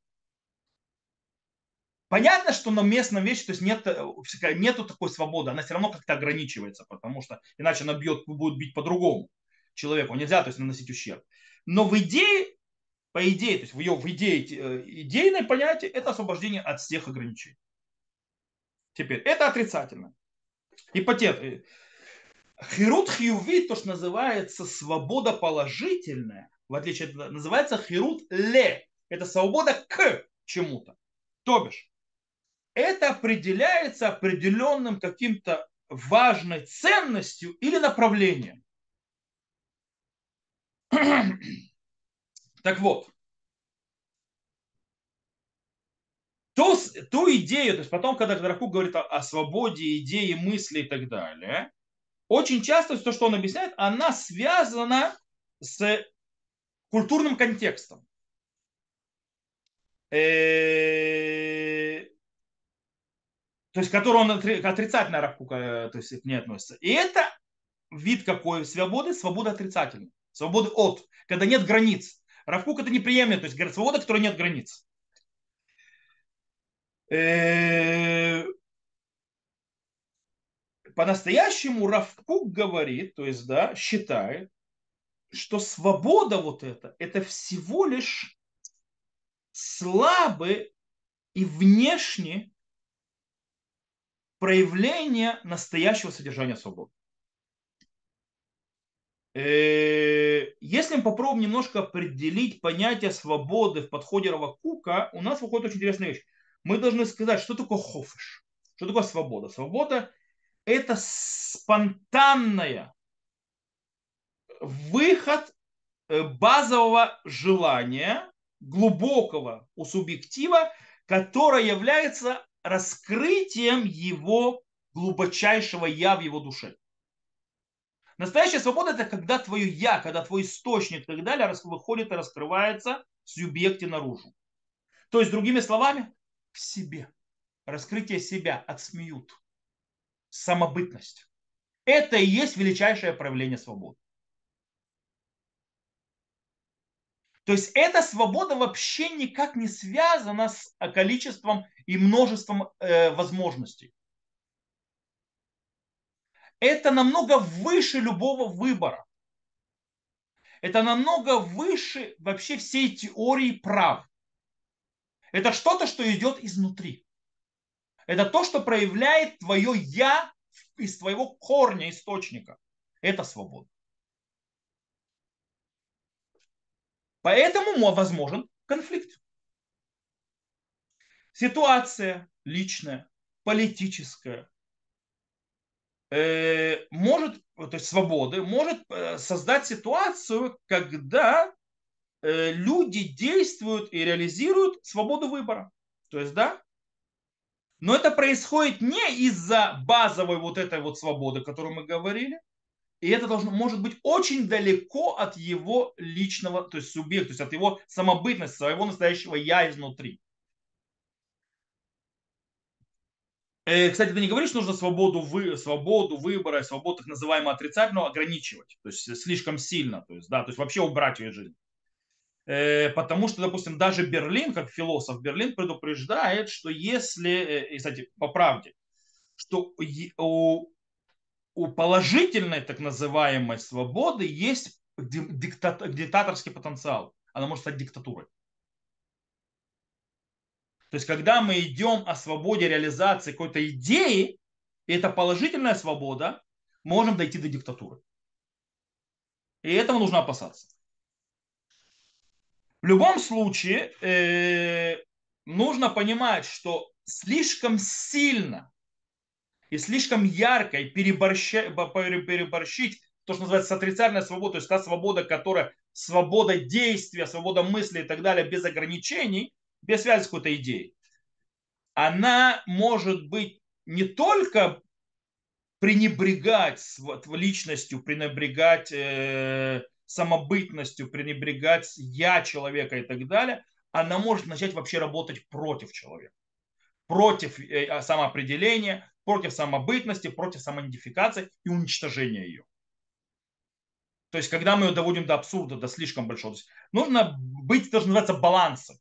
Понятно, что на местном вещи, то есть нету такой свободы, она все равно как-то ограничивается, потому что иначе она будет бить по-другому человеку, нельзя то есть, наносить ущерб. Но в идее, по идее, то есть в идее, идейное понятие, это освобождение от всех ограничений. Теперь, это отрицательно. Ипотет. Хирут хьюви, то, что называется свобода положительная, в отличие от называется хирут ле. Это свобода к чему-то. То бишь, это определяется определенным каким-то важной ценностью или направлением. Так вот, ту идею, то есть потом, когда Раф говорит о свободе идеи, мысли и так далее, очень часто то, что он объясняет, она связана с культурным контекстом. То есть, который он отрицательно Раф-Кока, то есть, к ней относится. И это вид какой свободы? Свобода отрицательная. Свободы от, когда нет границ. Раф-Кук это неприемлемо, то есть свобода, которой нет границ. По-настоящему Раф-Кук говорит, то есть, да, считает, что свобода вот это всего лишь слабый и внешне проявление настоящего содержания свободы. Если мы попробуем немножко определить понятие свободы в подходе Равакука, у нас выходит очень интересная вещь. Мы должны сказать, что такое хофиш, что такое свобода. Свобода – это спонтанная выход базового желания, глубокого у субъектива, которое является раскрытием его глубочайшего я в его душе. Настоящая свобода – это когда твое я, когда твой источник и так далее выходит и раскрывается в субъекте наружу. То есть, другими словами, в себе. Раскрытие себя отсмеют. Самобытность. Это и есть величайшее проявление свободы. То есть эта свобода вообще никак не связана с количеством и множеством возможностей. Это намного выше любого выбора. Это намного выше вообще всей теории прав. Это что-то, что идет изнутри. Это то, что проявляет твое я из твоего корня, источника. Это свобода. Поэтому возможен конфликт. Ситуация личная, политическая, может, то есть свободы, может создать ситуацию, когда люди действуют и реализуют свободу выбора. То есть, да, но это происходит не из-за базовой вот этой вот свободы, о которой мы говорили, и это должно, может быть очень далеко от его личного, то есть субъекта, то есть от его самобытности, своего настоящего я изнутри. Кстати, ты не говоришь, что нужно свободу выбора, свободу так называемого отрицательного ограничивать, то есть слишком сильно, то есть, да, то есть вообще убрать ее из жизни. Потому что, допустим, даже Берлин, как философ Берлин предупреждает, что если, и, кстати, по правде, что у положительной так называемой свободы есть диктаторский потенциал. Она может стать диктатурой. То есть, когда мы идем о свободе реализации какой-то идеи, и это положительная свобода, можем дойти до диктатуры. И этого нужно опасаться. В любом случае, нужно понимать, что слишком сильно и слишком ярко и переборщить то, что называется отрицательная свобода, то есть та свобода, которая свобода действия, свобода мысли и так далее, без ограничений, без связи с какой-то идеей, она может быть не только пренебрегать личностью, пренебрегать самобытностью, пренебрегать я человека и так далее, она может начать вообще работать против человека, против самоопределения, против самобытности, против самоидентификации и уничтожения ее. То есть, когда мы ее доводим до абсурда, до слишком большого, нужно быть, то, что называется, балансом.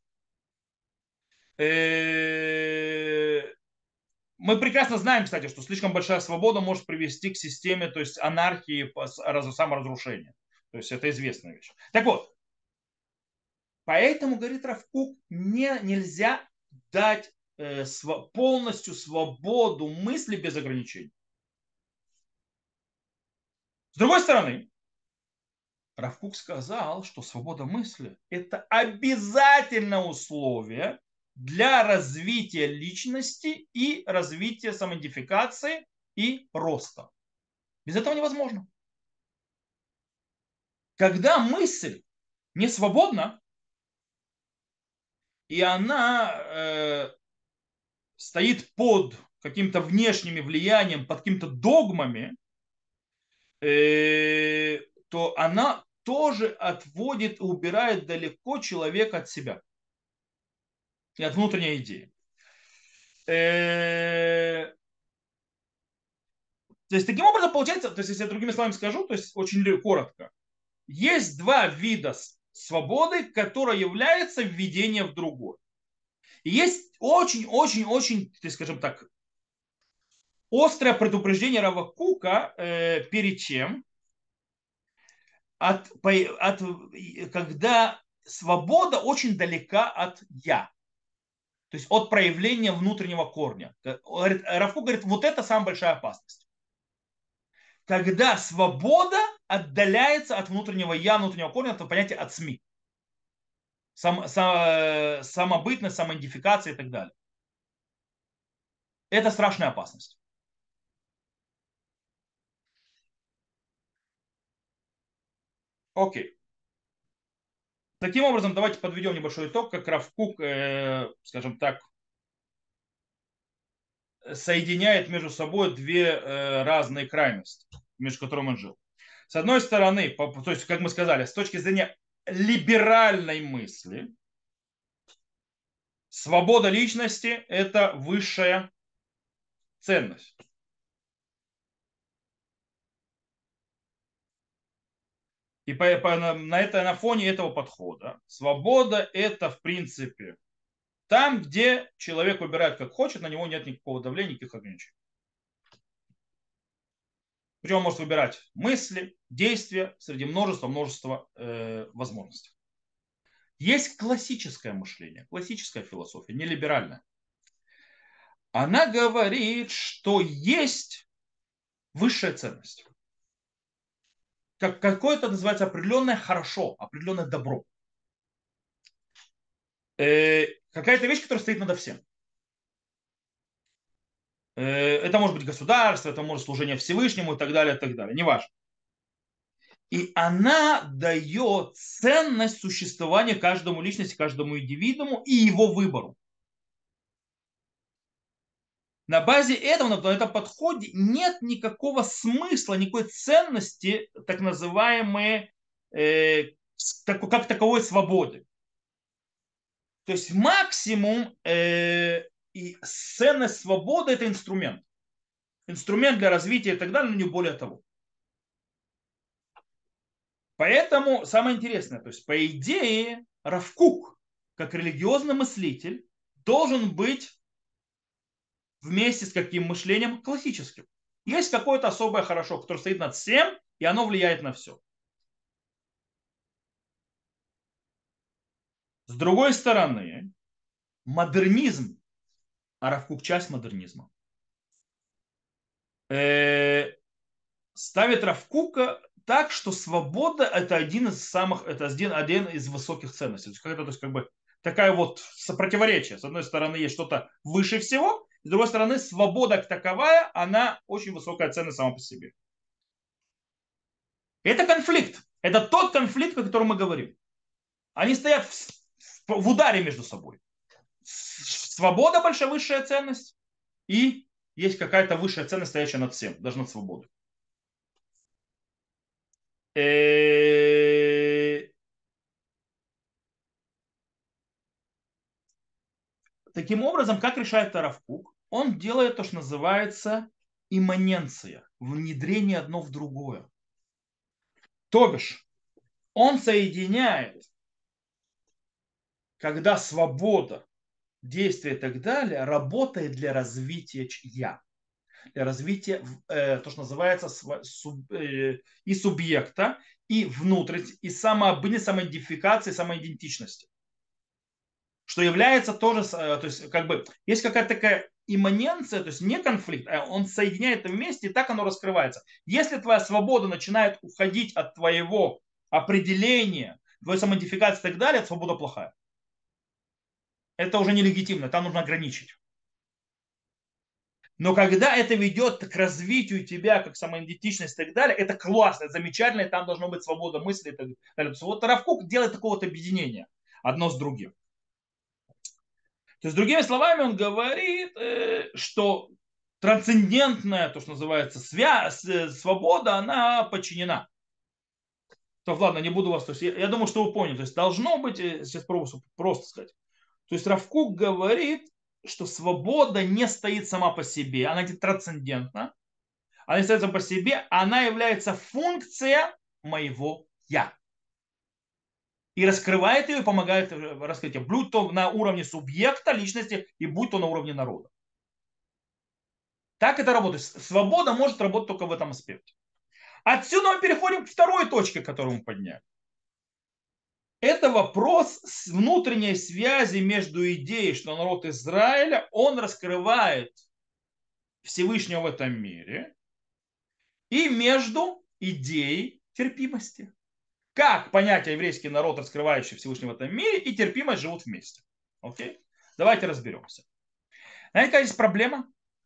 Мы прекрасно знаем, кстати, что слишком большая свобода может привести к системе, то есть анархии, саморазрушения. То есть это известная вещь. Так вот, поэтому, говорит Равкук, нельзя дать полностью свободу мысли без ограничений. С другой стороны, Равкук сказал, что свобода мысли – это обязательное условие для развития личности и развития самоидентификации и роста. Без этого невозможно. Когда мысль не свободна, и она стоит под каким-то внешним влиянием, под какими-то догмами, э, то она тоже отводит и убирает далеко человека от себя и от внутренней идеи. То есть таким образом получается, то есть если я другими словами скажу, то есть очень коротко, есть два вида свободы, которые являются введением в другой. И есть очень-очень-очень, скажем так, острое предупреждение Рава Кука перед чем? Когда свобода очень далека от «я». То есть от проявления внутреннего корня. Рав Кук говорит, вот это самая большая опасность. Когда свобода отдаляется от внутреннего «я», внутреннего корня, это понятие от СМИ. Самобытность, самоидентификация и так далее. Это страшная опасность. Окей. Таким образом, давайте подведем небольшой итог, как Рав Кук, скажем так, соединяет между собой две разные крайности, между которыми он жил. С одной стороны, то есть, как мы сказали, с точки зрения либеральной мысли, свобода личности – это высшая ценность. И на фоне этого подхода свобода – это, в принципе, там, где человек выбирает как хочет, на него нет никакого давления, никаких ограничений. Причем он может выбирать мысли, действия среди множества возможностей. Есть классическое мышление, классическая философия, не либеральная. Она говорит, что есть высшая ценность. Как какое-то называется определенное хорошо, определенное добро. Какая-то вещь, которая стоит над всем. Это может быть государство, это может служение Всевышнему и так далее, и так далее. Неважно. И она дает ценность существования каждому личности, каждому индивидууму и его выбору. На базе этого, на этом подходе нет никакого смысла, никакой ценности, так называемой, как таковой свободы. То есть максимум и ценность свободы – это инструмент. Инструмент для развития и так далее, но не более того. Поэтому самое интересное, то есть по идее Рав Кук, как религиозный мыслитель, должен быть вместе с каким мышлением? Классическим. Есть какое-то особое хорошо, которое стоит над всем, и оно влияет на все. С другой стороны, модернизм, а Рав Кук часть модернизма, ставит Рав Кука так, что свобода это один из самых, это один из высоких ценностей. То есть как бы такая вот противоречие. С одной стороны, есть что-то выше всего, с другой стороны, свобода как таковая, она очень высокая ценность сама по себе. Это конфликт. Это тот конфликт, о котором мы говорим. Они стоят в ударе между собой. Свобода большая высшая ценность, и есть какая-то высшая ценность, стоящая над всем, даже над свободой. Таким образом, как решает Таравкук? Он делает то, что называется имманенция, внедрение одно в другое. То бишь, он соединяет, когда свобода, действие и так далее работает для развития я, для развития то, что называется и субъекта, и внутренности, и самоидентификации, самоидентичности. Что является тоже, то есть как бы есть какая-то такая имманенция, то есть не конфликт, а он соединяет это вместе, и так оно раскрывается. Если твоя свобода начинает уходить от твоего определения, твоей самоидентификации и так далее, свобода плохая. Это уже нелегитимно, там нужно ограничить. Но когда это ведет к развитию тебя как самоидентичность и так далее, это классно, это замечательно, и там должна быть свобода мысли и так далее. Вот Рав Кук делает такое вот объединение одно с другим. То есть, другими словами, он говорит, что трансцендентная, то, что называется, свобода, она подчинена. То ладно, не буду вас, то есть я думаю, что вы поняли. То есть должно быть, сейчас пробую просто сказать. То есть Рав Кук говорит, что свобода не стоит сама по себе, она не трансцендентна, она не стоит сама по себе, она является функция моего я. И раскрывает ее и помогает раскрыть ее, будь то на уровне субъекта личности и будь то на уровне народа. Так это работает. Свобода может работать только в этом аспекте. Отсюда мы переходим к второй точке, которую мы подняли. Это вопрос внутренней связи между идеей, что народ Израиля, он раскрывает Всевышнего в этом мире, и между идеей терпимости. Как понятие еврейский народ, раскрывающий Всевышнего в этом мире, и терпимость живут вместе. Окей? Давайте разберемся. Знаете, какая есть проблема?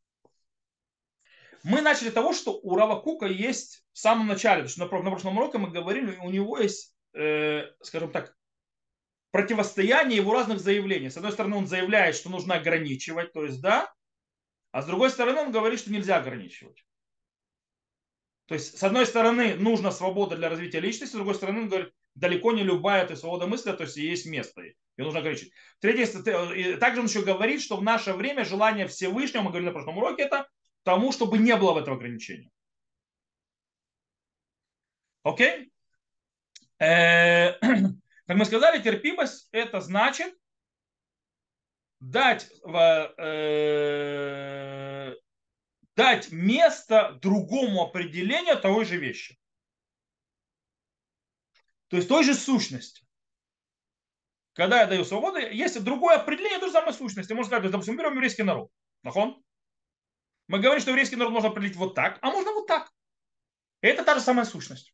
Мы начали с того, что у Рава Кука есть в самом начале, то есть на прошлом уроке мы говорили, у него есть, скажем так, противостояние его разных заявлений. С одной стороны, он заявляет, что нужно ограничивать, то есть да, а с другой стороны, он говорит, что нельзя ограничивать. То есть, с одной стороны, нужна свобода для развития личности, с другой стороны, он говорит, далеко не любая эта свобода мысли, то есть есть место, ее нужно ограничить. Третье, также он еще говорит, что в наше время желание Всевышнего, мы говорили на прошлом уроке, это тому, чтобы не было в этом ограничения. Окей? Как мы сказали, терпимость это значит дать, дать место другому определению той же вещи. То есть той же сущности. Когда я даю свободу, есть другое определение той же самой сущности. Можно сказать, допустим, берем еврейский народ. Нахон? Мы говорим, что еврейский народ можно определить вот так, а можно вот так. И это та же самая сущность.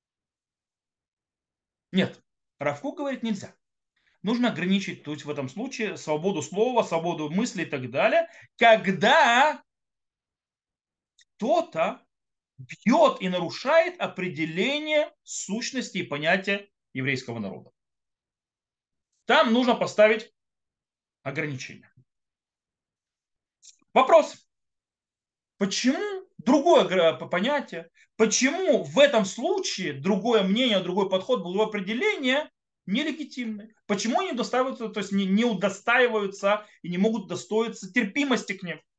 Нет. Рав Кук говорит, нельзя. Нужно ограничить, то есть в этом случае, свободу слова, свободу мысли и так далее, когда кто-то бьет и нарушает определение сущности и понятия еврейского народа. Там нужно поставить ограничение. Вопрос. Почему другое понятие? Почему в этом случае другое мнение, другой подход, другое определение нелегитимны? Почему они удостаиваются, то есть не удостаиваются и не могут достоиться терпимости к ним?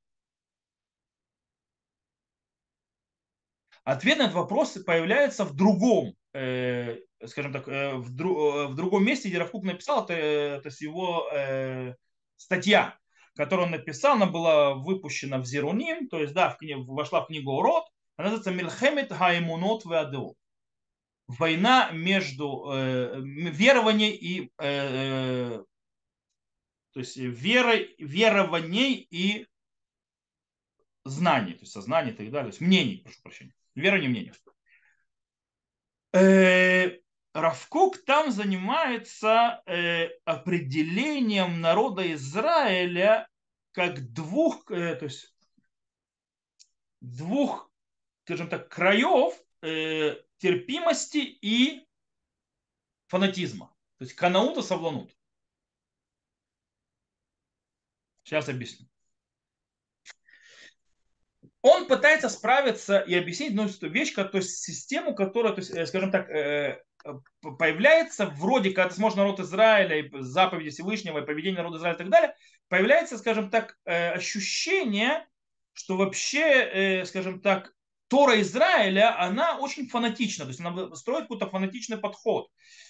Ответ на этот вопрос появляется в другом, скажем так, в другом месте, где Раф Кук написал, это с его статья, которую он написал, она была выпущена в Зеруним, то есть, да, вошла в книгу Урод, она называется Мильхемет Хаймунот Веадеот. Война между верованием и то есть верований и знаний, то есть сознание и так далее, то есть мнений, прошу прощения, верование и мнение. Рав Кук там занимается определением народа Израиля как то есть двух, скажем так, краев терпимости и фанатизма. То есть канаут и савланут. Сейчас объясню. Он пытается справиться и объяснить вещь, то есть систему, которая, то есть, скажем так, появляется вроде как сможет народ Израиля и заповеди Всевышнего и поведение народа Израиля и так далее, появляется, скажем так, ощущение, что вообще, скажем так, Тора Израиля, она очень фанатична, то есть она строит какой-то фанатичный подход.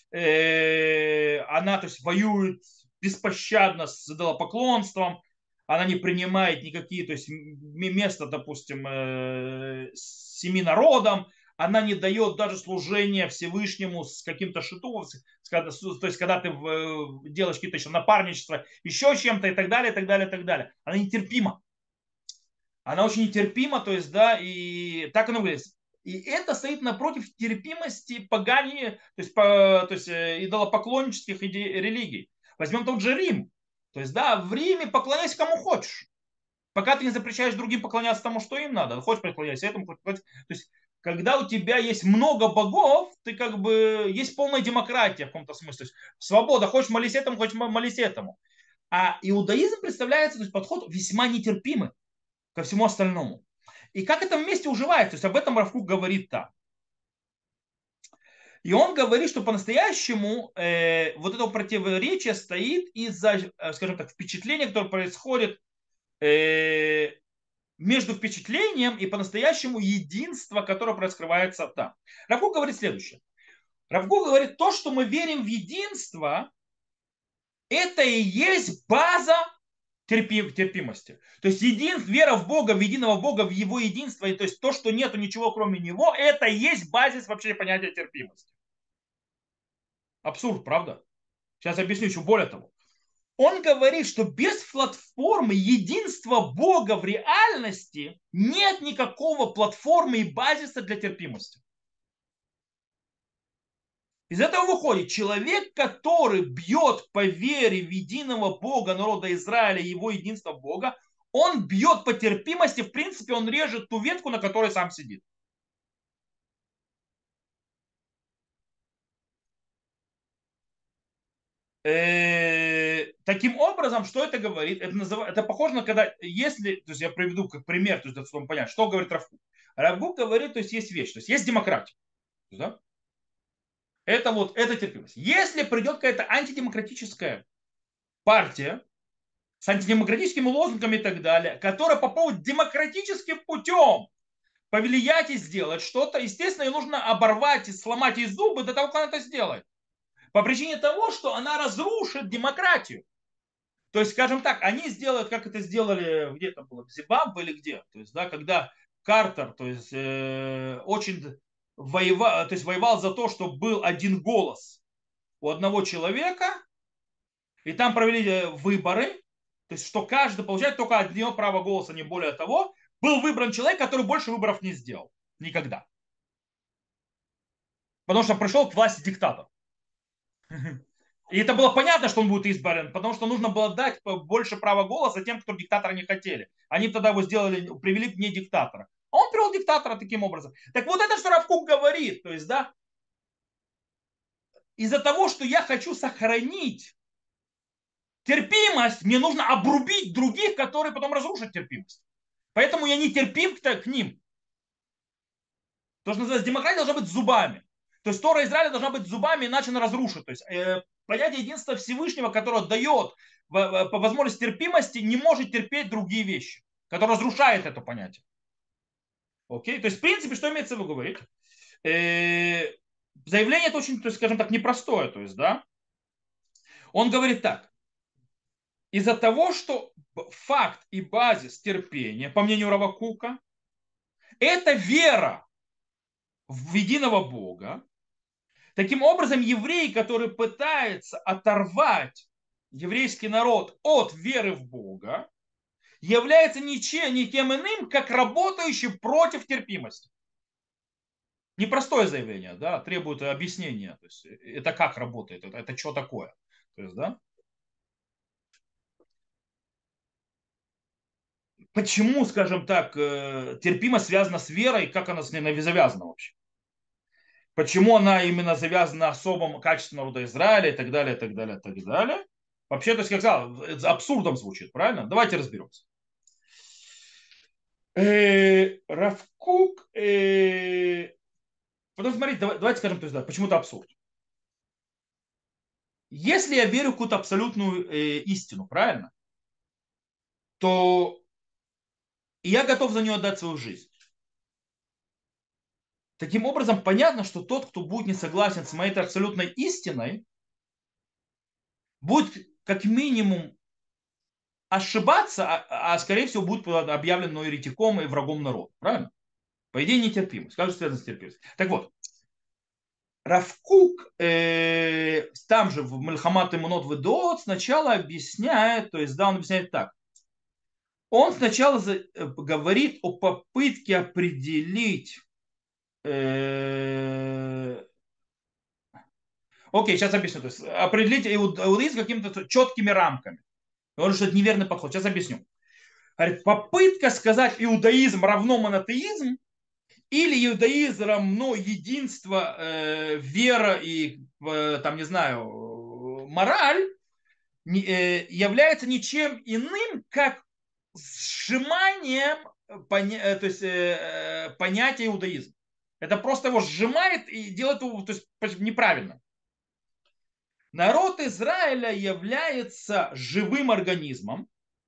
Она, то есть, воюет беспощадно с идолопоклонством, она не принимает никакие, то есть место, допустим, семи народам, она не дает даже служения Всевышнему с каким-то шитувом, то есть когда ты делаешь какие-то еще напарничества, еще чем-то и так далее, и так далее, и так далее. Она нетерпима. Она очень нетерпима, то есть, да, и так оно выглядит. И это стоит напротив терпимости погани, то есть идолопоклоннических религий. Возьмем тот же Рим. То есть, да, в Риме поклоняйся кому хочешь. Пока ты не запрещаешь другим поклоняться тому, что им надо. Хочешь поклоняйся этому, хочешь поклоняйся. То есть, когда у тебя есть много богов, ты как бы есть полная демократия в каком-то смысле. То есть, свобода. Хочешь молись этому, хочешь молись этому. А иудаизм представляется, то есть подход весьма нетерпимый ко всему остальному. И как это вместе уживается? То есть об этом Рав Кук говорит там. И он говорит, что по-настоящему вот это противоречие стоит из-за, скажем так, впечатления, которое происходит э, между впечатлением и по-настоящему единство, которое раскрывается там. Равгу говорит следующее. Равгу говорит, то, что мы верим в единство, это и есть база терпимости. То есть вера в Бога, в единого Бога, в Его единство, и то есть то, что нету ничего кроме Него, это и есть базис вообще понятия терпимости. Абсурд, правда? Сейчас объясню еще более того. Он говорит, что без платформы единства Бога в реальности нет никакого платформы и базиса для терпимости. Из этого выходит человек, который бьет по вере в единого Бога народа Израиля, его единство Бога, он бьет по терпимости, в принципе, он режет ту ветку, на которой сам сидит. Таким образом, что это говорит? Это похоже на когда, если, то есть я приведу как пример, то есть, чтобы понять, что говорит Равгук. Равгук говорит, то есть есть вещь, то есть есть демократия. Да? Это вот, это терпимость. Если придет какая-то антидемократическая партия с антидемократическими лозунгами и так далее, которая попробует демократическим путем повлиять и сделать что-то, естественно, ей нужно оборвать и сломать ей зубы до того, как она это сделает. По причине того, что она разрушит демократию. То есть, скажем так, они сделают, как это сделали, где то было, в Зимбабве или где. То есть, да, когда Картер, то есть, очень воевал за то, чтобы был один голос у одного человека, и там провели выборы, то есть, что каждый получает только одно право голоса, не более того, был выбран человек, который больше выборов не сделал. Никогда. Потому что пришел к власти диктатор. И это было понятно, что он будет избран, потому что нужно было дать больше права голоса тем, кто диктатора не хотели. Они тогда его сделали, привели не диктатора. А он привел диктатора таким образом. Так вот это, что Равкук говорит. То есть, да, из-за того, что я хочу сохранить терпимость, мне нужно обрубить других, которые потом разрушат терпимость. Поэтому я не терпим к ним. То, что называется, демократия должна быть зубами. То есть Тора Израиля должна быть зубами, иначе она разрушит. То есть понятие единства Всевышнего, которое дает по возможности терпимости, не может терпеть другие вещи, которое разрушает это понятие. Окей? То есть, в принципе, что имеется в виду говорить? Заявление это очень, то есть, скажем так, непростое. То есть, да? Он говорит так. Из-за того, что факт и базис терпения, по мнению Равакука, это вера в единого Бога. Таким образом, еврей, который пытается оторвать еврейский народ от веры в Бога, является ничем, никем иным, как работающий против терпимости. Непростое заявление, да, требует объяснения. То есть, это как работает, это что такое. То есть, да, почему, скажем так, терпимость связана с верой, как она с ней завязана вообще? Почему она именно завязана на особом качестве народа Израиля и так далее, и так далее, и так далее. Вообще, то есть, как сказал, это абсурдом звучит, правильно? Давайте разберемся. Равкук, потом смотрите, давайте скажем, то есть, да, почему это абсурд. Если я верю в какую-то абсолютную истину, правильно, то я готов за нее отдать свою жизнь. Таким образом, понятно, что тот, кто будет не согласен с моей абсолютной истиной, будет как минимум ошибаться, скорее всего будет объявлен еретиком и врагом народа. Правильно? По идее нетерпимость. Скажут, связано с терпимостью. Так вот, Равкук там же в Мельхамат Имунот Ведот сначала объясняет, то есть да, он объясняет так. Он сначала говорит о попытке определить окей, сейчас объясню. То есть определить иудаизм какими-то четкими рамками. Он говорит, что это неверный подход. Сейчас объясню. Говорит, попытка сказать иудаизм равно монотеизм или иудаизм равно единство, вера и, там, не знаю, мораль, является ничем иным, как сжиманием то есть, понятия иудаизма. Это просто его сжимает и делает его, то есть, неправильно. Народ Израиля является живым организмом,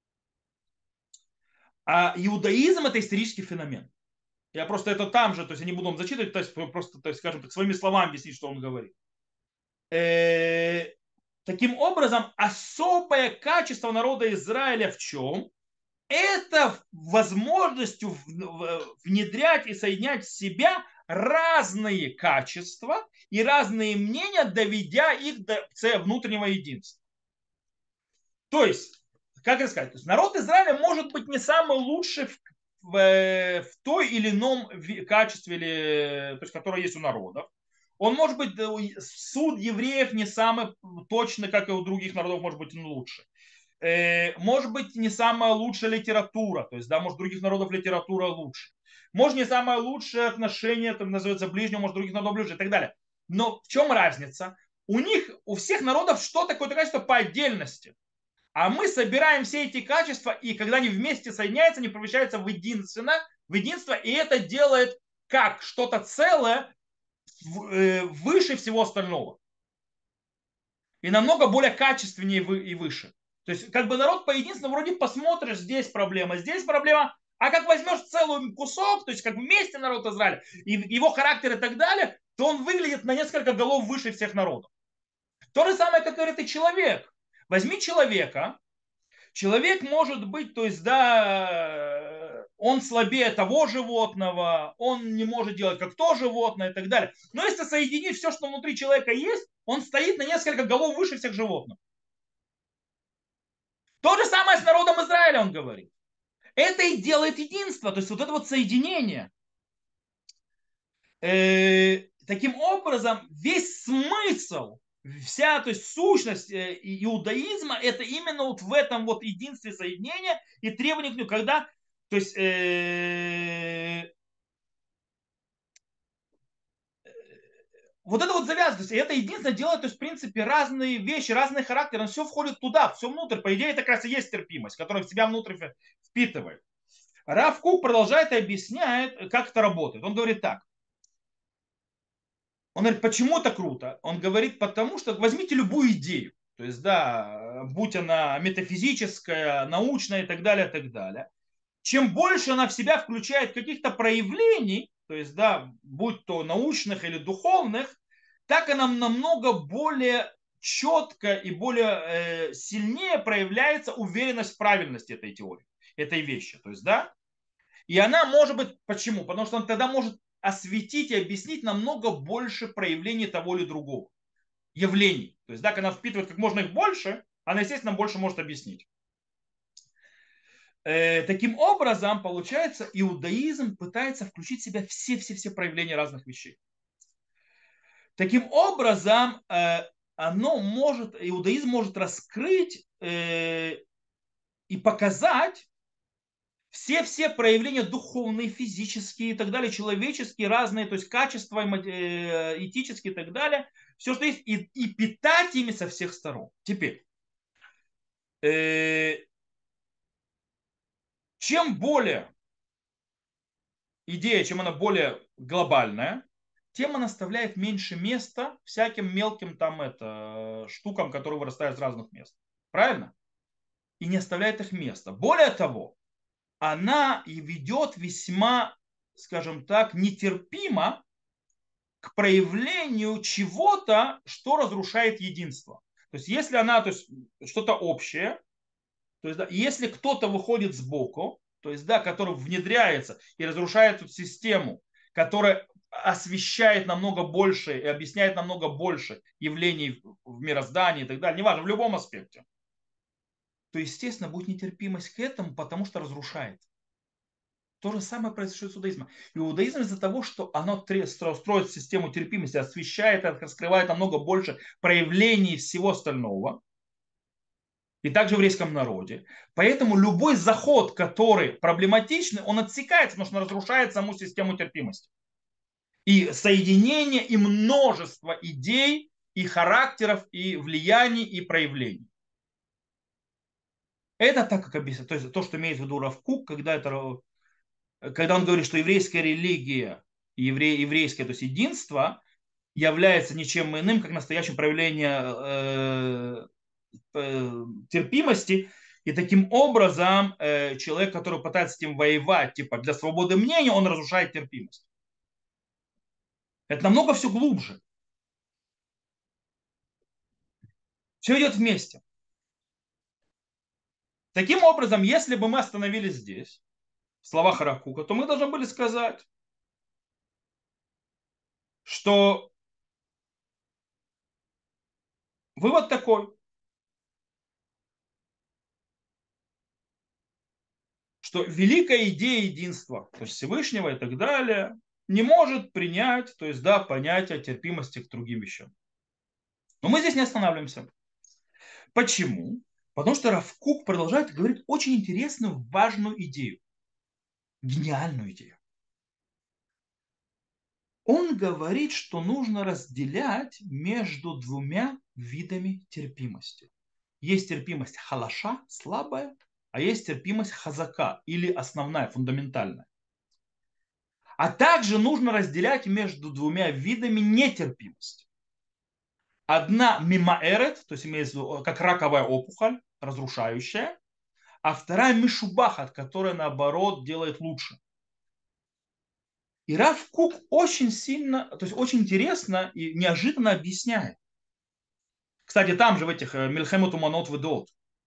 а иудаизм это исторический феномен. Я просто это там же, то есть я не буду вам зачитывать, то есть просто, то есть, скажем так, своими словами объяснить, что он говорит. Э, Таким образом, особое качество народа Израиля в чем? Это возможностью внедрять и соединять в себя разные качества и разные мнения, доведя их до внутреннего единства. То есть, как это сказать, то есть народ Израиля может быть не самый лучший в той или ином качестве, то есть, которое есть у народов. Он может быть, суд евреев не самый точный, как и у других народов, может быть, он лучше. Может быть, не самая лучшая литература, то есть, да, может, у других народов литература лучше. Может, не самое лучшее отношение, там называется ближнего, может, других народов ближе и так далее. Но в чем разница? У них, у всех народов что-то, какое-то качество по отдельности. А мы собираем все эти качества, и когда они вместе соединяются, они превращаются в единство, и это делает как что-то целое выше всего остального. И намного более качественнее и выше. То есть как бы народ по единству вроде посмотришь, здесь проблема, а как возьмешь целый кусок, то есть как вместе народ Израиля, и его характер и так далее, то он выглядит на несколько голов выше всех народов. То же самое, как говорит и человек. Возьми человека, человек может быть, то есть, да, он слабее того животного, он не может делать как то животное и так далее. Но если соединить все, что внутри человека есть, он стоит на несколько голов выше всех животных. То же самое с народом Израиля, он говорит. Это и делает единство, то есть вот это вот соединение. Таким образом, весь смысл, вся то есть сущность иудаизма, это именно вот в этом вот единстве соединения и требований к нему, когда, то есть, вот это вот завязанность, и это единственное делает, то есть, в принципе, разные вещи, разный характер, но все входит туда, все внутрь. По идее, это как раз и есть терпимость, которая в себя внутрь впитывает. Рав Кук продолжает и объясняет, как это работает. Он говорит так. Он говорит, почему это круто? Он говорит, потому что возьмите любую идею. То есть, да, будь она метафизическая, научная и так далее, и так далее. Чем больше она в себя включает каких-то проявлений, то есть, да, будь то научных или духовных, так она намного более четко и более сильнее проявляется уверенность в правильности этой теории, этой вещи. То есть, да, и она может быть, почему? Потому что он тогда может осветить и объяснить намного больше проявлений того или другого явлений. То есть, да, когда она впитывает как можно их больше, она, естественно, больше может объяснить. Таким образом, получается, иудаизм пытается включить в себя все проявления разных вещей. Таким образом, иудаизм может раскрыть и показать все проявления духовные, физические и так далее, человеческие, разные, то есть качества этические и так далее, все, что есть, и питать ими со всех сторон. Теперь, э, чем более идея, чем она более глобальная, тем она оставляет меньше места всяким мелким там штукам, которые вырастают из разных мест. Правильно? И не оставляет их места. Более того, она и ведет весьма, скажем так, нетерпимо к проявлению чего-то, что разрушает единство. То есть, если она, то есть, что-то общее, то есть, да, если кто-то выходит сбоку, то есть, да, который внедряется и разрушает эту систему, которая освещает намного больше и объясняет намного больше явлений в мироздании и так далее, неважно, в любом аспекте, то, естественно, будет нетерпимость к этому, потому что разрушает. То же самое произошло с иудаизмом. Иудаизм из-за того, что оно строит систему терпимости, освещает, раскрывает намного больше проявлений всего остального, и также в еврейском народе. Поэтому любой заход, который проблематичный, он отсекается, потому что он разрушает саму систему терпимости. И соединение, и множество идей, и характеров, и влияний, и проявлений. Это так, как объясняется. То есть то, что имеет в виду Рав Кук, когда он говорит, что еврейская религия, еврейское, то есть единство, является ничем иным, как настоящим проявлением терпимости. И таким образом человек, который пытается с этим воевать, типа для свободы мнения, он разрушает терпимость. Это намного все глубже. Все идет вместе. Таким образом, если бы мы остановились здесь, в словах Равкука, то мы должны были сказать, что вывод такой, что великая идея единства, то есть Всевышнего и так далее, не может принять, то есть да, понятие терпимости к другим вещам. Но мы здесь не останавливаемся. Почему? Потому что Рав Кук продолжает говорить очень интересную, важную идею, гениальную идею. Он говорит, что нужно разделять между двумя видами терпимости. Есть терпимость халаша, слабая, а есть терпимость хазака или основная, фундаментальная. А также нужно разделять между двумя видами нетерпимости. Одна мимаэрет, то есть имеется в виду как раковая опухоль, разрушающая, а вторая мишубахат, которая наоборот делает лучше. И Рав Кук очень сильно, то есть очень интересно и неожиданно объясняет. Кстати, там же в этих Мильхемот Уманот Ведот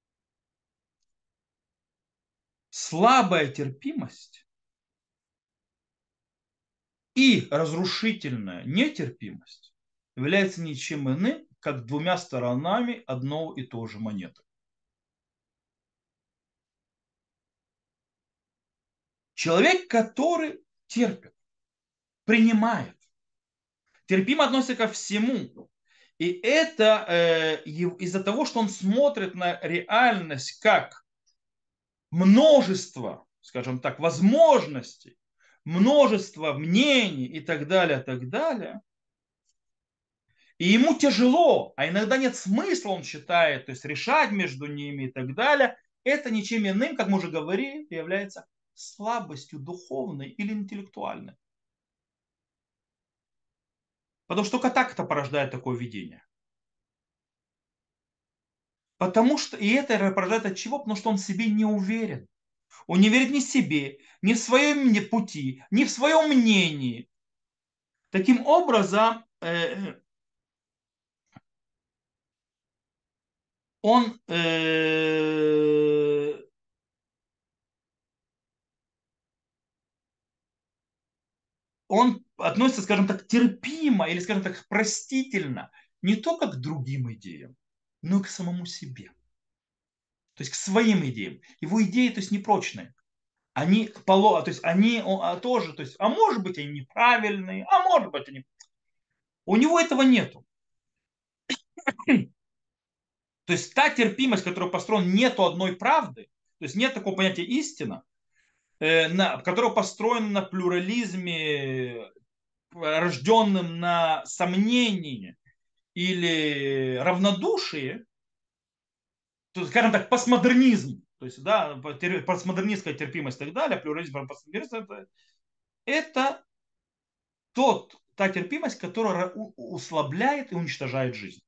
слабая терпимость и разрушительная нетерпимость является ничем иным, как двумя сторонами одной и той же монеты. Человек, который терпит, принимает, терпимо относится ко всему. И это из-за того, что он смотрит на реальность как множество, скажем так, возможностей, множество мнений и так далее, так далее. И ему тяжело, а иногда нет смысла, он считает, то есть решать между ними и так далее. Это ничем иным, как мы уже говорили, является слабостью духовной или интеллектуальной. Потому что только так это порождает такое видение. Потому что, и это порождает от чего? Потому что он в себе не уверен. Он не верит ни себе, ни в своем пути, ни в своем мнении. Таким образом, он, он относится, скажем так, терпимо или, скажем так, простительно не только к другим идеям, но и к самому себе. То есть к своим идеям. Его идеи, то есть, непрочные. Они, то есть, они тоже, то есть, а может быть, они неправильные, а может быть, они... У него этого нету. То есть та терпимость, которая построена, нету одной правды, то есть нет такого понятия истина, которая построена на плюрализме, рожденным на сомнении или равнодушии, то есть, скажем так, постмодернизм, то есть, да, постмодернистская терпимость и так далее, плюрализм, постмодернизм, это та терпимость, которая услабляет и уничтожает жизнь.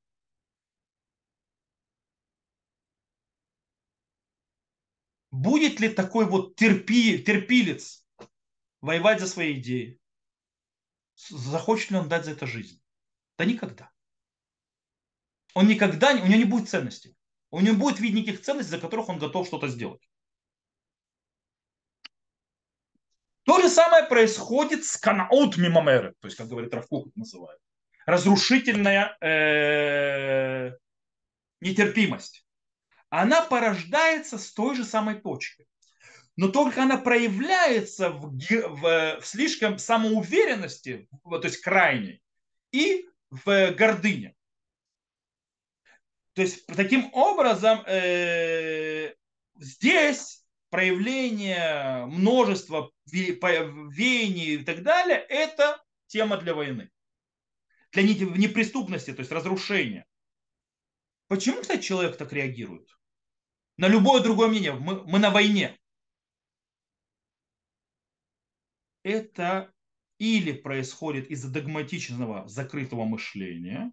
Будет ли такой вот терпилец воевать за свои идеи? Захочет ли он дать за это жизнь? Да никогда. Он никогда, у него не будет ценностей. У него не будет видеть никаких ценностей, за которых он готов что-то сделать. То же самое происходит с канаут мимамеры, то есть, как говорит Равкук, это называют. Разрушительная нетерпимость. Она порождается с той же самой точки. Но только она проявляется в слишком самоуверенности, то есть крайней, и в гордыне. То есть таким образом здесь проявление множества веяний и так далее, это тема для войны, для неприступности, то есть разрушения. Почему, кстати, человек так реагирует? На любое другое мнение. Мы на войне. Это или происходит из-за догматичного закрытого мышления,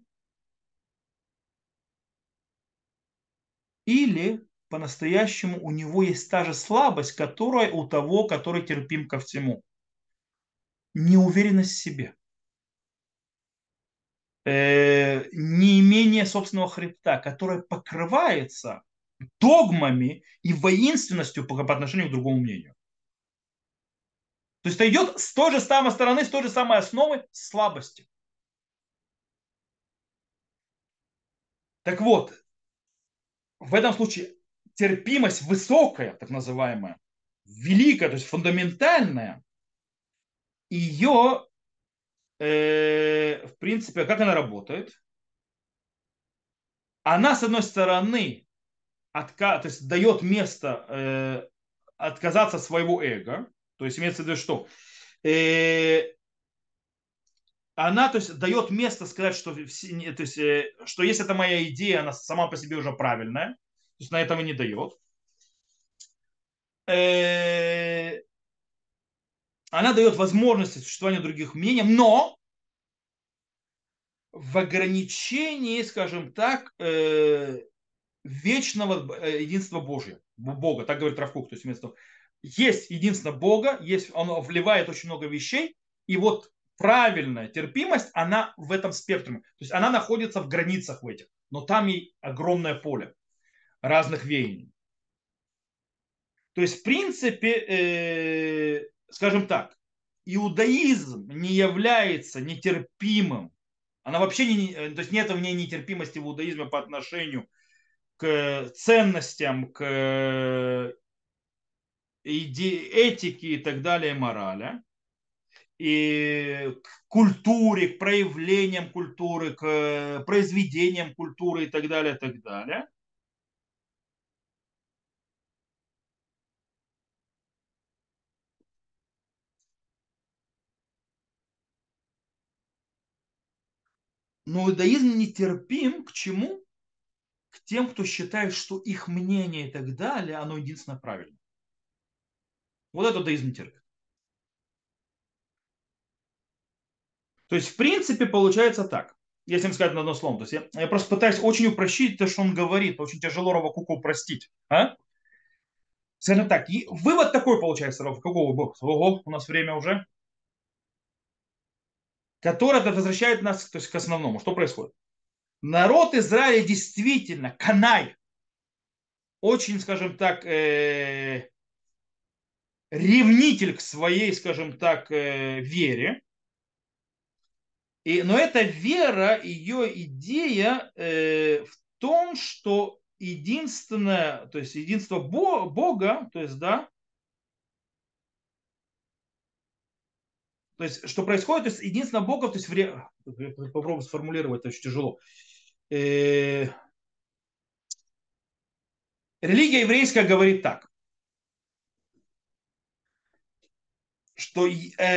или по-настоящему у него есть та же слабость, которая у того, который терпим ко всему. Неуверенность в себе. Неимение собственного хребта, которое покрывается догмами и воинственностью по отношению к другому мнению. То есть это идет с той же самой стороны, с той же самой основы слабости. Так вот, в этом случае терпимость высокая, так называемая, великая, то есть фундаментальная, ее, в принципе, как она работает? Она, с одной стороны, то есть дает место отказаться от своего эго, то есть имеется в виду, что э, она, то есть, дает место сказать, что, то есть, что если это моя идея, она сама по себе уже правильная, то есть на этом и не дает. Э, Она дает возможность существования других мнений, но в ограничении, скажем так, вечного единства Божьего, Бога, так говорит Рав Кук, то есть вместо есть единство Бога, есть, оно вливает очень много вещей, и вот правильная терпимость, она в этом спектруме, то есть она находится в границах в этих, но там и огромное поле разных веяний. То есть, в принципе, скажем так, иудаизм не является нетерпимым, она вообще не, то есть нет в ней нетерпимости в иудаизме по отношению к ценностям, к этике и так далее, морали, и к культуре, к проявлениям культуры, к произведениям культуры и так далее, и так далее. Но иудаизм нетерпим к чему? К тем, кто считает, что их мнение и так далее, оно единственно правильно. Вот это иудаизм не терпит. То есть, в принципе, получается так. Если им сказать на одно слово. То есть я просто пытаюсь очень упрощить то, что он говорит. Очень тяжело Равакуку упростить. А? Скажем так, и вывод такой получается, какого бы, ого, у нас время уже, который возвращает нас, то есть, к основному. Что происходит? Народ Израиля действительно, Канай, очень, скажем так, ревнитель к своей, скажем так, вере. Но эта вера, ее идея в том, что единственное, то есть единство Бога, то есть, да, то есть, что происходит, то есть единство Бога, то есть, попробую сформулировать, это очень тяжело. Э, Религия еврейская говорит так, что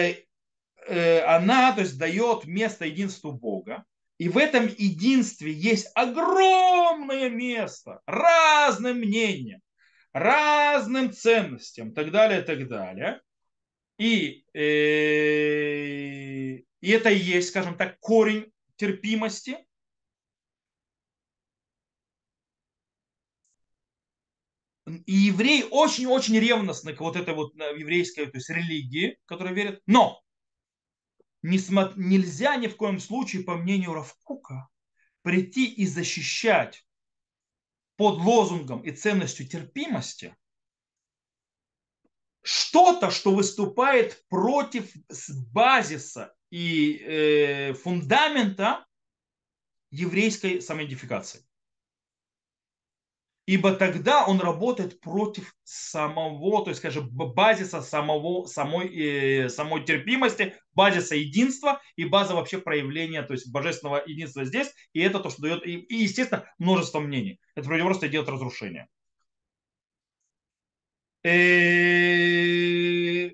она, то есть, дает место единству Бога, и в этом единстве есть огромное место разным мнениям, разным ценностям, так далее, так далее. И это и есть, скажем так, корень терпимости. И евреи очень-очень ревностны к вот этой вот еврейской, то есть религии, в которой верят. Но нельзя ни в коем случае, по мнению Равкука, прийти и защищать под лозунгом и ценностью терпимости что-то, что выступает против базиса и фундамента еврейской самоидентификации. ибо тогда он работает против самого, то есть, скажем, базиса самой терпимости, базиса единства и база вообще проявления, то есть божественного единства здесь, и это то, что дает, естественно, множество мнений. Это просто идет разрушение. Э,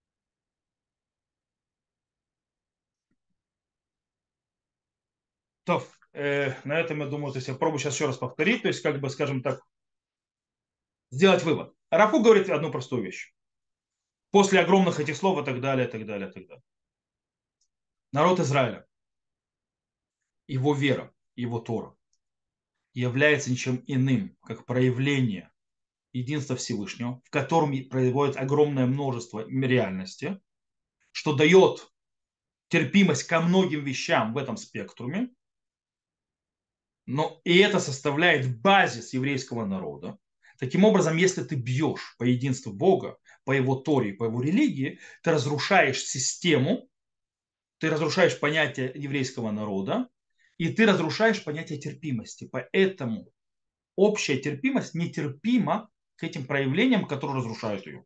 То, на этом я думаю, то есть я пробую сейчас еще раз повторить, то есть, как бы, скажем так, сделать вывод. Рафу говорит одну простую вещь. После огромных этих слов и так далее, и так далее, и так далее. Народ Израиля, его вера, его Тора является ничем иным, как проявление единства Всевышнего, в котором производит огромное множество реальности, что дает терпимость ко многим вещам в этом спектруме, но и это составляет базис еврейского народа. Таким образом, если ты бьешь по единству Бога, по его Торе, по его религии, ты разрушаешь систему, ты разрушаешь понятие еврейского народа, и ты разрушаешь понятие терпимости. Поэтому общая терпимость нетерпима к этим проявлениям, которые разрушают ее.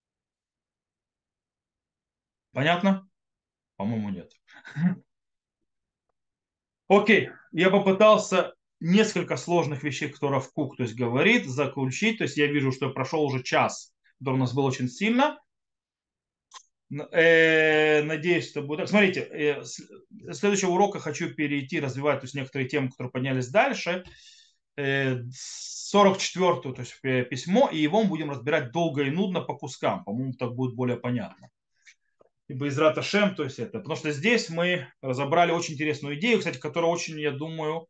Понятно? По-моему, нет. Окей, я попытался несколько сложных вещей, которые в Кук, то есть говорит, заключить. То есть я вижу, что прошел уже час, который у нас был очень сильно. Надеюсь, что будет. Смотрите, следующего урока хочу перейти, развивать, то есть некоторые темы, которые поднялись дальше. 44-ю, то есть письмо, и его мы будем разбирать долго и нудно по кускам. По-моему, так будет более понятно. Ибо из Шем, то есть это. Потому что здесь мы разобрали очень интересную идею, кстати, которая очень, я думаю,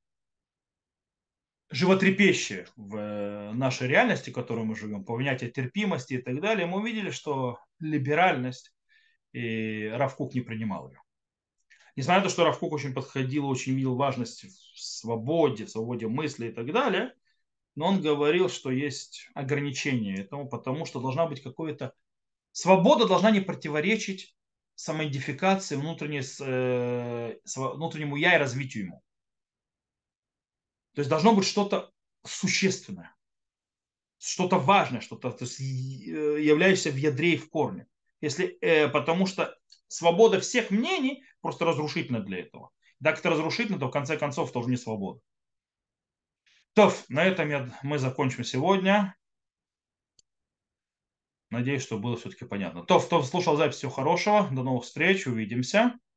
животрепещущая в нашей реальности, в которой мы живем, по понятию терпимости и так далее. Мы увидели, что либеральность и Рав Кук не принимал ее. Несмотря на то, что Рав Кук очень подходил, очень видел важность в свободе мысли и так далее, но он говорил, что есть ограничения этому, потому что должна быть какое-то... Свобода должна не противоречить самоидентификации, внутреннему я и развитию ему. То есть должно быть что-то существенное, что-то важное, что-то, то есть, являющееся в ядре и в корне. Потому что свобода всех мнений просто разрушительна для этого. Так это разрушительно, то в конце концов тоже не свобода. То, на этом мы закончим сегодня. Надеюсь, что было все-таки понятно. То, кто слушал запись, всего хорошего. До новых встреч. Увидимся.